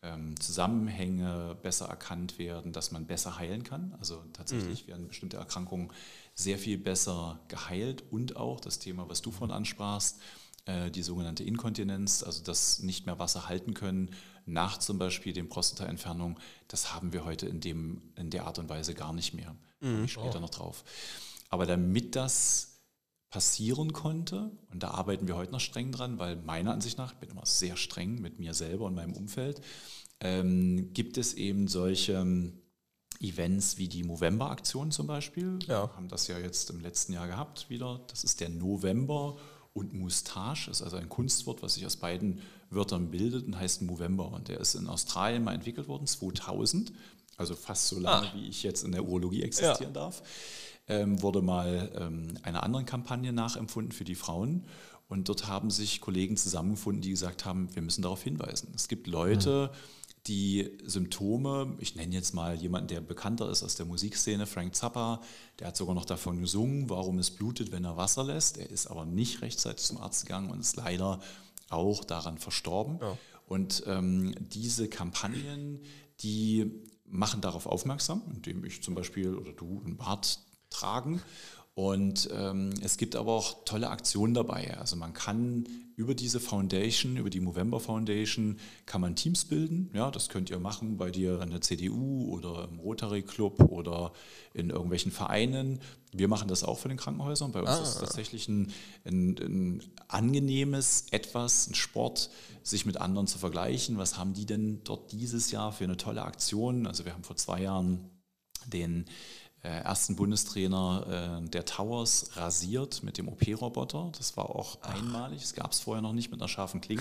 Zusammenhänge besser erkannt werden, dass man besser heilen kann. Also tatsächlich werden bestimmte Erkrankungen sehr viel besser geheilt und auch das Thema, was du vorhin ansprachst, die sogenannte Inkontinenz, also das nicht mehr Wasser halten können, nach zum Beispiel den Prostataentfernungen, das haben wir heute in der Art und Weise gar nicht mehr. Da komme ich später noch drauf. Aber damit das passieren konnte, und da arbeiten wir heute noch streng dran, weil meiner Ansicht nach, ich bin immer sehr streng mit mir selber und meinem Umfeld, gibt es eben solche Events wie die Movember-Aktion zum Beispiel. Wir haben das ja jetzt im letzten Jahr gehabt wieder. Das ist der November und Moustache, ist also ein Kunstwort, was sich aus beiden Wörtern bildet und heißt Movember. Und der ist in Australien mal entwickelt worden, 2000, also fast so lange, wie ich jetzt in der Urologie existieren darf. Wurde mal einer anderen Kampagne nachempfunden für die Frauen. Und dort haben sich Kollegen zusammengefunden, die gesagt haben, wir müssen darauf hinweisen. Es gibt Leute, die Symptome, ich nenne jetzt mal jemanden, der bekannter ist aus der Musikszene, Frank Zappa, der hat sogar noch davon gesungen, warum es blutet, wenn er Wasser lässt. Er ist aber nicht rechtzeitig zum Arzt gegangen und ist leider auch daran verstorben. Ja. Und diese Kampagnen, die machen darauf aufmerksam, indem ich zum Beispiel oder du einen Bart tragen. Und es gibt aber auch tolle Aktionen dabei. Also man kann über diese Foundation, über die Movember Foundation, kann man Teams bilden. Ja, das könnt ihr machen bei dir an der CDU oder im Rotary Club oder in irgendwelchen Vereinen. Wir machen das auch für den Krankenhäusern. Bei uns ist es tatsächlich ein angenehmes Etwas, ein Sport, sich mit anderen zu vergleichen. Was haben die denn dort dieses Jahr für eine tolle Aktion? Also wir haben vor 2 Jahren den ersten Bundestrainer der Towers rasiert mit dem OP-Roboter. Das war auch einmalig. Das gab es vorher noch nicht mit einer scharfen Klinge.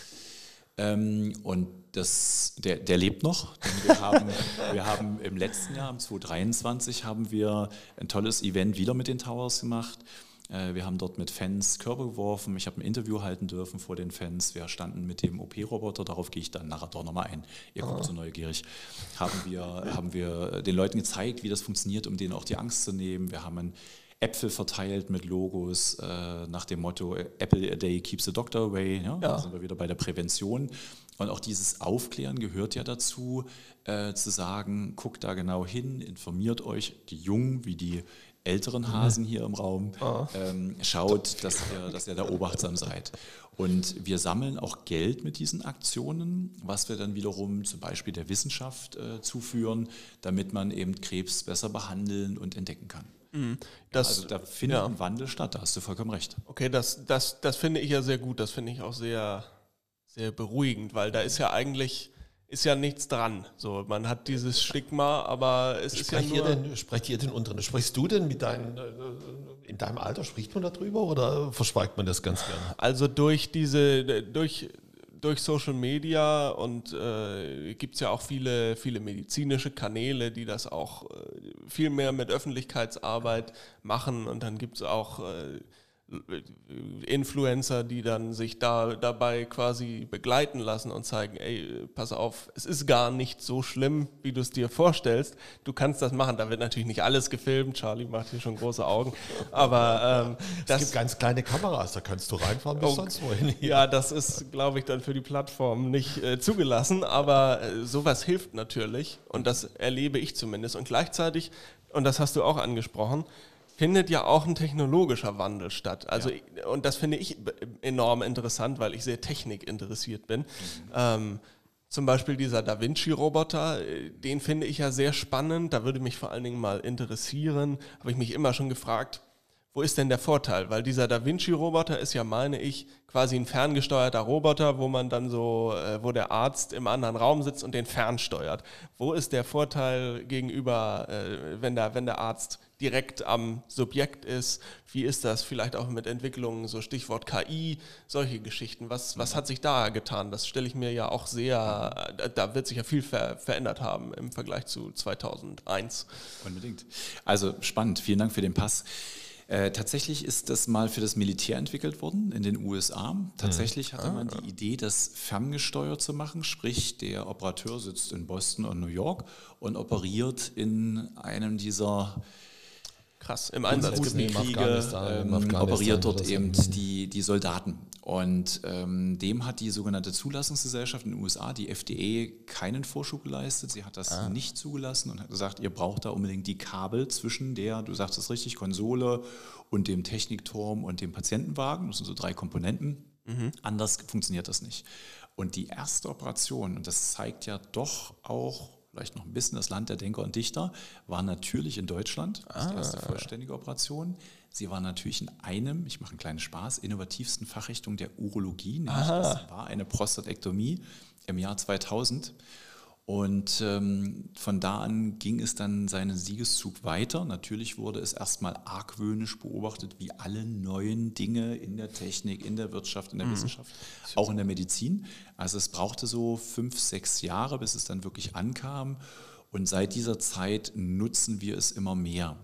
Und der lebt noch. Wir haben im letzten Jahr, im 2023, haben wir ein tolles Event wieder mit den Towers gemacht. Wir haben dort mit Fans Körbe geworfen. Ich habe ein Interview halten dürfen vor den Fans. Wir standen mit dem OP-Roboter, darauf gehe ich dann nachher doch nochmal ein. Ihr guckt so neugierig. Haben wir den Leuten gezeigt, wie das funktioniert, um denen auch die Angst zu nehmen. Wir haben Äpfel verteilt mit Logos nach dem Motto Apple a day keeps the doctor away. Ja? Da sind wir wieder bei der Prävention. Und auch dieses Aufklären gehört ja dazu, zu sagen, guckt da genau hin, informiert euch, die Jungen wie die älteren Hasen hier im Raum, schaut, dass ihr da obachtsam seid. Und wir sammeln auch Geld mit diesen Aktionen, was wir dann wiederum zum Beispiel der Wissenschaft zuführen, damit man eben Krebs besser behandeln und entdecken kann. Also da findet ein Wandel statt, da hast du vollkommen recht. Okay, das finde ich ja sehr gut, das finde ich auch sehr, sehr beruhigend, weil da ist ja eigentlich nichts dran. So, man hat dieses Stigma, aber es ist ja nur... Sprecht ihr denn untereinander? Sprichst du denn in deinem Alter, spricht man darüber oder verschweigt man das ganz gerne? Also durch Social Media und gibt es ja auch viele, viele medizinische Kanäle, die das auch viel mehr mit Öffentlichkeitsarbeit machen, und dann gibt es auch Influencer, die dann sich dabei quasi begleiten lassen und zeigen, ey, pass auf, es ist gar nicht so schlimm, wie du es dir vorstellst. Du kannst das machen. Da wird natürlich nicht alles gefilmt. Charlie macht hier schon große Augen. Aber es gibt ganz kleine Kameras, da kannst du reinfahren bis sonst wohin. Ja, das ist, glaube ich, dann für die Plattform nicht zugelassen. Aber sowas hilft natürlich, und das erlebe ich zumindest. Und gleichzeitig, und das hast du auch angesprochen, findet ja auch ein technologischer Wandel statt. Also, und das finde ich enorm interessant, weil ich sehr technikinteressiert bin. Zum Beispiel dieser Da Vinci-Roboter, den finde ich ja sehr spannend. Da würde mich vor allen Dingen mal interessieren, habe ich mich immer schon gefragt, wo ist denn der Vorteil? Weil dieser Da Vinci-Roboter ist ja, meine ich, quasi ein ferngesteuerter Roboter, wo man dann wo der Arzt im anderen Raum sitzt und den fernsteuert. Wo ist der Vorteil gegenüber, wenn der Arzt direkt am Subjekt ist? Wie ist das vielleicht auch mit Entwicklungen, so Stichwort KI, solche Geschichten? Was hat sich da getan? Das stelle ich mir ja auch sehr, da wird sich ja viel verändert haben im Vergleich zu 2001. Unbedingt. Also spannend, vielen Dank für den Pass. Tatsächlich ist das mal für das Militär entwickelt worden in den USA. Tatsächlich hatte man die Idee, das ferngesteuert zu machen, sprich der Operateur sitzt in Boston und New York und operiert in einem dieser im Einsatzgebiet operiert dort eben die Soldaten. Und dem hat die sogenannte Zulassungsgesellschaft in den USA, die FDA, keinen Vorschub geleistet. Sie hat das nicht zugelassen und hat gesagt, ihr braucht da unbedingt die Kabel zwischen der, du sagst es richtig, Konsole und dem Technikturm und dem Patientenwagen. Das sind so 3 Komponenten. Anders funktioniert das nicht. Und die erste Operation, und das zeigt ja doch auch vielleicht noch ein bisschen das Land der Denker und Dichter, war natürlich in Deutschland. Das ist die erste vollständige Operation. Sie war natürlich in einem, ich mache einen kleinen Spaß, innovativsten Fachrichtung der Urologie. Nämlich das war eine Prostatektomie im Jahr 2000. Und von da an ging es dann seinen Siegeszug weiter. Natürlich wurde es erstmal argwöhnisch beobachtet, wie alle neuen Dinge in der Technik, in der Wirtschaft, in der Wissenschaft, auch in der Medizin. Also es brauchte so 5, 6 Jahre, bis es dann wirklich ankam. Und seit dieser Zeit nutzen wir es immer mehr.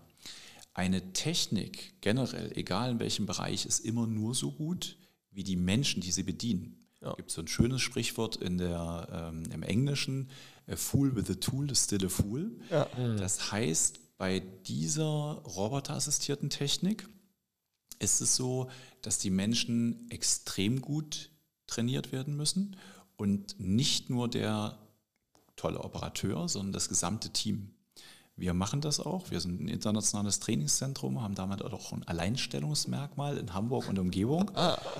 Eine Technik generell, egal in welchem Bereich, ist immer nur so gut wie die Menschen, die sie bedienen. Es gibt so ein schönes Sprichwort im Englischen, a fool with a tool is still a fool. Ja. Das heißt, bei dieser roboterassistierten Technik ist es so, dass die Menschen extrem gut trainiert werden müssen und nicht nur der tolle Operateur, sondern das gesamte Team. Wir machen das auch. Wir sind ein internationales Trainingszentrum, haben damit auch ein Alleinstellungsmerkmal in Hamburg und Umgebung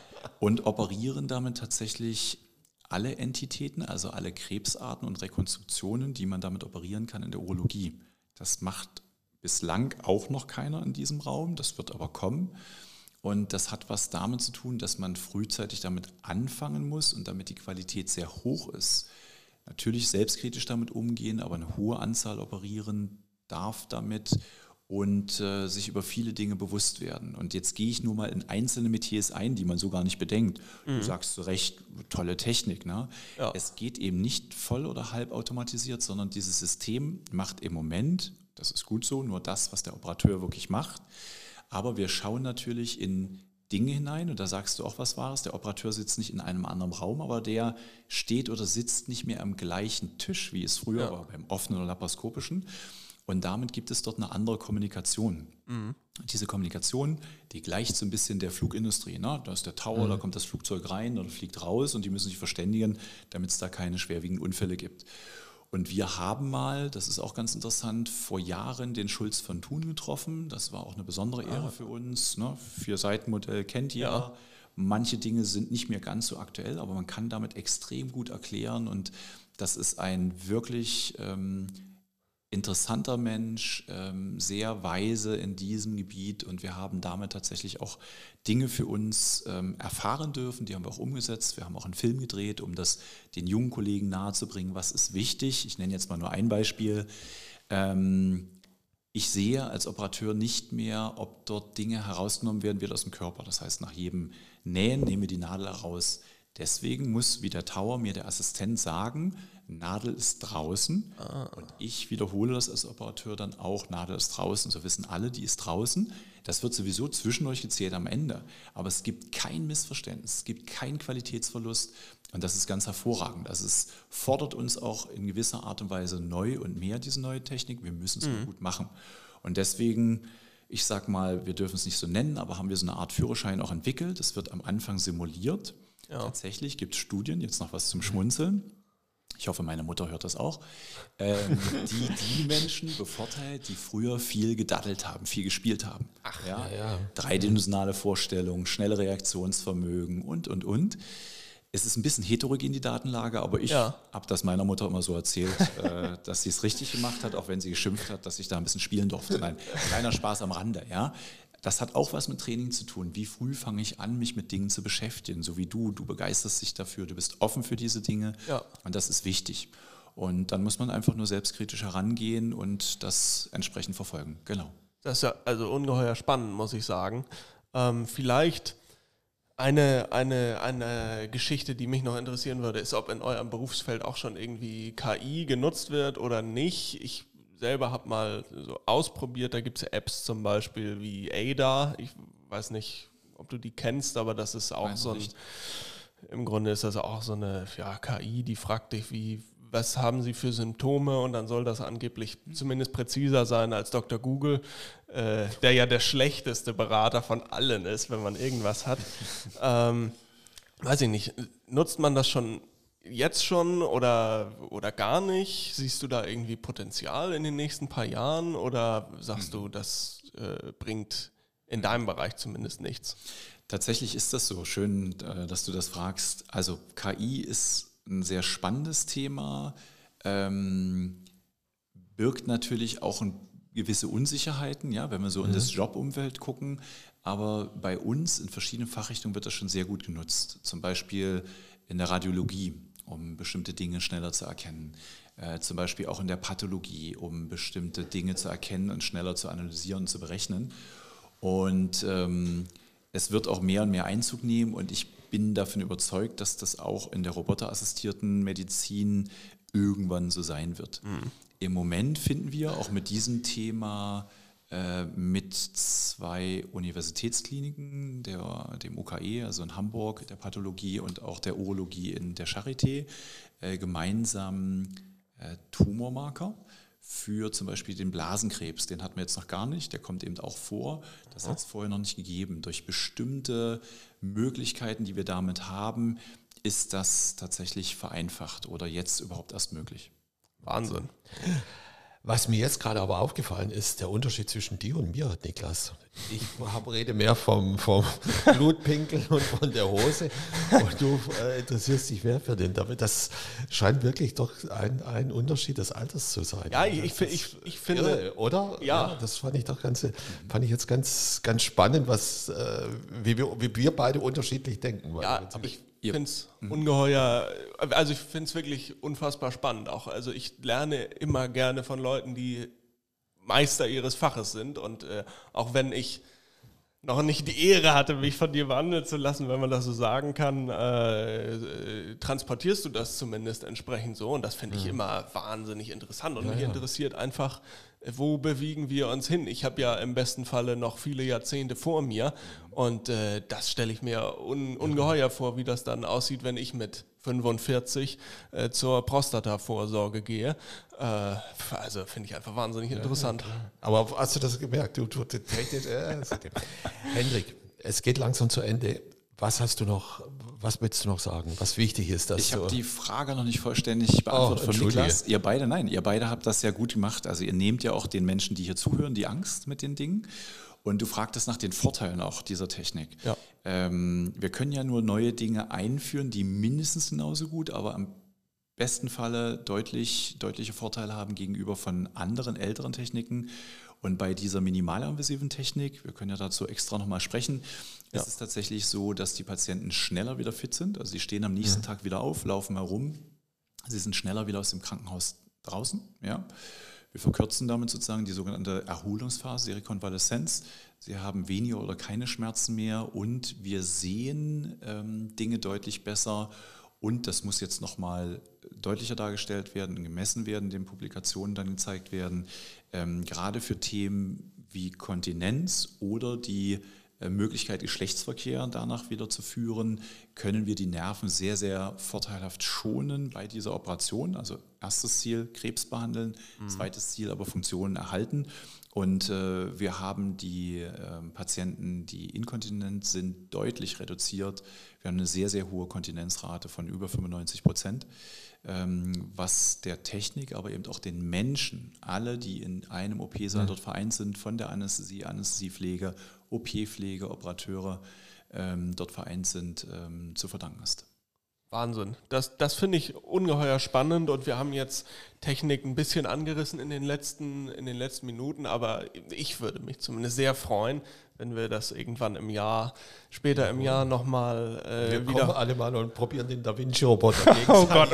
und operieren damit tatsächlich alle Entitäten, also alle Krebsarten und Rekonstruktionen, die man damit operieren kann in der Urologie. Das macht bislang auch noch keiner in diesem Raum, das wird aber kommen. Und das hat was damit zu tun, dass man frühzeitig damit anfangen muss und damit die Qualität sehr hoch ist. Natürlich selbstkritisch damit umgehen, aber eine hohe Anzahl operieren darf damit und sich über viele Dinge bewusst werden. Und jetzt gehe ich nur mal in einzelne Metiers ein, die man so gar nicht bedenkt. Du sagst zu Recht, tolle Technik. Ne? Ja. Es geht eben nicht voll oder halb automatisiert, sondern dieses System macht im Moment, das ist gut so, nur das, was der Operateur wirklich macht. Aber wir schauen natürlich in Dinge hinein, und da sagst du auch was Wahres, der Operateur sitzt nicht in einem anderen Raum, aber der steht oder sitzt nicht mehr am gleichen Tisch, wie es früher war, beim offenen oder laparoskopischen. Und damit gibt es dort eine andere Kommunikation. Diese Kommunikation, die gleicht so ein bisschen der Flugindustrie. Ne? Da ist der Tower, da kommt das Flugzeug rein oder fliegt raus und die müssen sich verständigen, damit es da keine schwerwiegenden Unfälle gibt. Und wir haben mal, das ist auch ganz interessant, vor Jahren den Schulz von Thun getroffen. Das war auch eine besondere Ehre für uns. Ne? 4-Seiten-Modell kennt ihr. Ja. Manche Dinge sind nicht mehr ganz so aktuell, aber man kann damit extrem gut erklären. Und das ist ein wirklich interessanter Mensch, sehr weise in diesem Gebiet. Und wir haben damit tatsächlich auch Dinge für uns erfahren dürfen. Die haben wir auch umgesetzt. Wir haben auch einen Film gedreht, um das den jungen Kollegen nahezubringen. Was ist wichtig? Ich nenne jetzt mal nur ein Beispiel. Ich sehe als Operateur nicht mehr, ob dort Dinge herausgenommen werden wird aus dem Körper. Das heißt, nach jedem Nähen nehme die Nadel heraus. Deswegen muss, wie der Tower, mir der Assistent sagen, Nadel ist draußen. Und ich wiederhole das als Operateur dann auch, Nadel ist draußen. So wissen alle, die ist draußen. Das wird sowieso zwischen euch gezählt am Ende. Aber es gibt kein Missverständnis, es gibt keinen Qualitätsverlust. Und das ist ganz hervorragend. Also es fordert uns auch in gewisser Art und Weise neu und mehr, diese neue Technik. Wir müssen es gut machen. Und deswegen, ich sag mal, wir dürfen es nicht so nennen, aber haben wir so eine Art Führerschein auch entwickelt. Das wird am Anfang simuliert. Ja. Tatsächlich gibt es Studien, jetzt noch was zum Schmunzeln. Ich hoffe, meine Mutter hört das auch. Die Menschen bevorteilt, die früher viel gedaddelt haben, viel gespielt haben. Ach, ja. Dreidimensionale Vorstellungen, schnelle Reaktionsvermögen und. Es ist ein bisschen heterogen, die Datenlage, aber ich habe das meiner Mutter immer so erzählt, dass sie es richtig gemacht hat, auch wenn sie geschimpft hat, dass ich da ein bisschen spielen durfte. Nein, kleiner Spaß am Rande, ja. Das hat auch was mit Training zu tun. Wie früh fange ich an, mich mit Dingen zu beschäftigen? So wie du begeisterst dich dafür, du bist offen für diese Dinge und das ist wichtig. Und dann muss man einfach nur selbstkritisch herangehen und das entsprechend verfolgen. Genau. Das ist ja also ungeheuer spannend, muss ich sagen. Vielleicht eine Geschichte, die mich noch interessieren würde, ist, ob in eurem Berufsfeld auch schon irgendwie KI genutzt wird oder nicht. Ich selber habe mal so ausprobiert, da gibt es Apps zum Beispiel wie Ada. Ich weiß nicht, ob du die kennst, aber das ist auch im Grunde ist das auch so eine KI, die fragt dich, was haben sie für Symptome, und dann soll das angeblich zumindest präziser sein als Dr. Google, der ja der schlechteste Berater von allen ist, wenn man irgendwas hat. weiß ich nicht, nutzt man das jetzt schon oder gar nicht? Siehst du da irgendwie Potenzial in den nächsten paar Jahren oder sagst du, das bringt in deinem Bereich zumindest nichts? Tatsächlich ist das so. Schön, dass du das fragst. Also KI ist ein sehr spannendes Thema, birgt natürlich auch gewisse Unsicherheiten, ja, wenn wir so in das Jobumfeld gucken. Aber bei uns in verschiedenen Fachrichtungen wird das schon sehr gut genutzt. Zum Beispiel in der Radiologie, um bestimmte Dinge schneller zu erkennen. Zum Beispiel auch in der Pathologie, um bestimmte Dinge zu erkennen und schneller zu analysieren und zu berechnen. Und es wird auch mehr und mehr Einzug nehmen und ich bin davon überzeugt, dass das auch in der roboterassistierten Medizin irgendwann so sein wird. Im Moment finden wir auch mit diesem Thema mit 2 Universitätskliniken, dem UKE, also in Hamburg, der Pathologie und auch der Urologie in der Charité, gemeinsam Tumormarker für zum Beispiel den Blasenkrebs. Den hatten wir jetzt noch gar nicht, der kommt eben auch vor. Das hat es vorher noch nicht gegeben. Durch bestimmte Möglichkeiten, die wir damit haben, ist das tatsächlich vereinfacht oder jetzt überhaupt erst möglich. Wahnsinn. Was mir jetzt gerade aber aufgefallen ist, der Unterschied zwischen dir und mir, Niklas. Ich rede mehr vom Blutpinkeln und von der Hose und du interessierst dich mehr für den. Das scheint wirklich doch ein Unterschied des Alters zu sein. Ja, ich finde, irre, oder? Ja. Das fand ich jetzt ganz, ganz spannend, wie wir beide unterschiedlich denken. Ja, aber ich finde es ungeheuer, also ich finde es wirklich unfassbar spannend auch. Also ich lerne immer gerne von Leuten, die Meister ihres Faches sind und auch wenn ich noch nicht die Ehre hatte, mich von dir behandeln zu lassen, wenn man das so sagen kann, transportierst du das zumindest entsprechend so und das finde ich immer wahnsinnig interessant und mich interessiert einfach, wo bewegen wir uns hin? Ich habe ja im besten Falle noch viele Jahrzehnte vor mir und das stelle ich mir ungeheuer vor, wie das dann aussieht, wenn ich mit 45 zur Prostatavorsorge gehe. Also finde ich einfach wahnsinnig interessant. Aber hast du das gemerkt? Hendrik, es geht langsam zu Ende. Was willst du noch sagen? Was wichtig ist, dass ich habe die Frage noch nicht vollständig beantwortet von Niklas. Ihr beide habt das ja gut gemacht. Also ihr nehmt ja auch den Menschen, die hier zuhören, die Angst mit den Dingen. Und du fragtest nach den Vorteilen auch dieser Technik. Ja. Wir können ja nur neue Dinge einführen, die mindestens genauso gut, aber am besten Falle deutliche Vorteile haben gegenüber von anderen älteren Techniken. Und bei dieser minimalinvasiven Technik, wir können ja dazu extra nochmal sprechen, ist es tatsächlich so, dass die Patienten schneller wieder fit sind. Also sie stehen am nächsten Tag wieder auf, laufen herum. Sie sind schneller wieder aus dem Krankenhaus draußen. Ja. Wir verkürzen damit sozusagen die sogenannte Erholungsphase, die Rekonvaleszenz. Sie haben weniger oder keine Schmerzen mehr und wir sehen Dinge deutlich besser. Und das muss jetzt nochmal deutlicher dargestellt werden, gemessen werden, den Publikationen dann gezeigt werden. Gerade für Themen wie Kontinenz oder die Möglichkeit, Geschlechtsverkehr danach wieder zu führen, können wir die Nerven sehr, sehr vorteilhaft schonen bei dieser Operation. Also erstes Ziel, Krebs behandeln, zweites Ziel, aber Funktionen erhalten. Und wir haben die Patienten, die inkontinent sind, deutlich reduziert. Wir haben eine sehr, sehr hohe Kontinenzrate von über 95%, was der Technik, aber eben auch den Menschen, alle, die in einem OP-Saal dort vereint sind, von der Anästhesie, Anästhesiepflege, OP-Pflege, Operateure dort vereint sind, zu verdanken ist. Wahnsinn. Das finde ich ungeheuer spannend und wir haben jetzt Technik ein bisschen angerissen in den letzten Minuten, aber ich würde mich zumindest sehr freuen, wenn wir das irgendwann später im Jahr nochmal wir wieder... kommen alle mal und probieren den Da Vinci-Roboter. Oh Gott.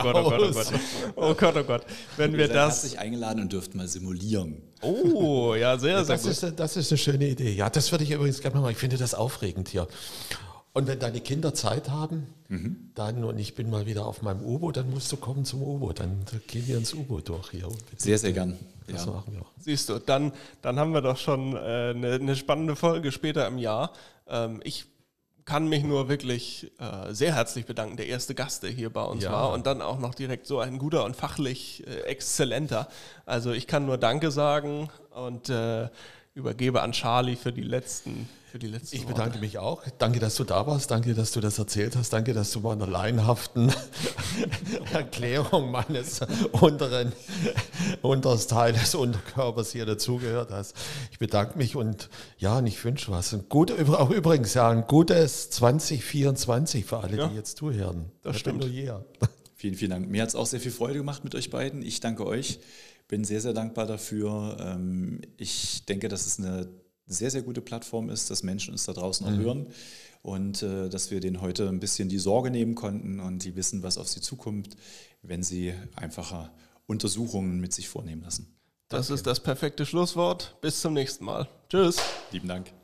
Oh Gott. Wenn wir das... herzlich eingeladen und dürft mal simulieren. Oh, ja, sehr, sehr gut. Das ist eine schöne Idee. Ja, das würde ich übrigens gerne machen. Ich finde das aufregend hier. Und wenn deine Kinder Zeit haben, dann, und ich bin mal wieder auf meinem U-Boot, dann musst du kommen zum U-Boot. Dann gehen wir ins U-Boot durch hier. Sehr, sehr gern. Das machen wir auch. Siehst du, dann haben wir doch schon eine spannende Folge später im Jahr. Ich kann mich nur wirklich sehr herzlich bedanken, der erste Gast, der hier bei uns war und dann auch noch direkt so ein guter und fachlich exzellenter. Also ich kann nur Danke sagen und übergebe an Charlie für die letzten Ich bedanke mich auch. Danke, dass du da warst. Danke, dass du das erzählt hast. Danke, dass du meiner laienhaften Erklärung meines unteres Teil des Unterkörpers hier dazugehört hast. Ich bedanke mich und ich wünsche was. Übrigens ein gutes 2024 für alle, die jetzt zuhören. Das stimmt. Vielen, vielen Dank. Mir hat es auch sehr viel Freude gemacht mit euch beiden. Ich danke euch. Bin sehr, sehr dankbar dafür. Ich denke, dass es eine sehr, sehr gute Plattform ist, dass Menschen uns da draußen auch hören und dass wir denen heute ein bisschen die Sorge nehmen konnten und die wissen, was auf sie zukommt, wenn sie einfache Untersuchungen mit sich vornehmen lassen. Das ist das perfekte Schlusswort. Bis zum nächsten Mal. Tschüss. Lieben Dank.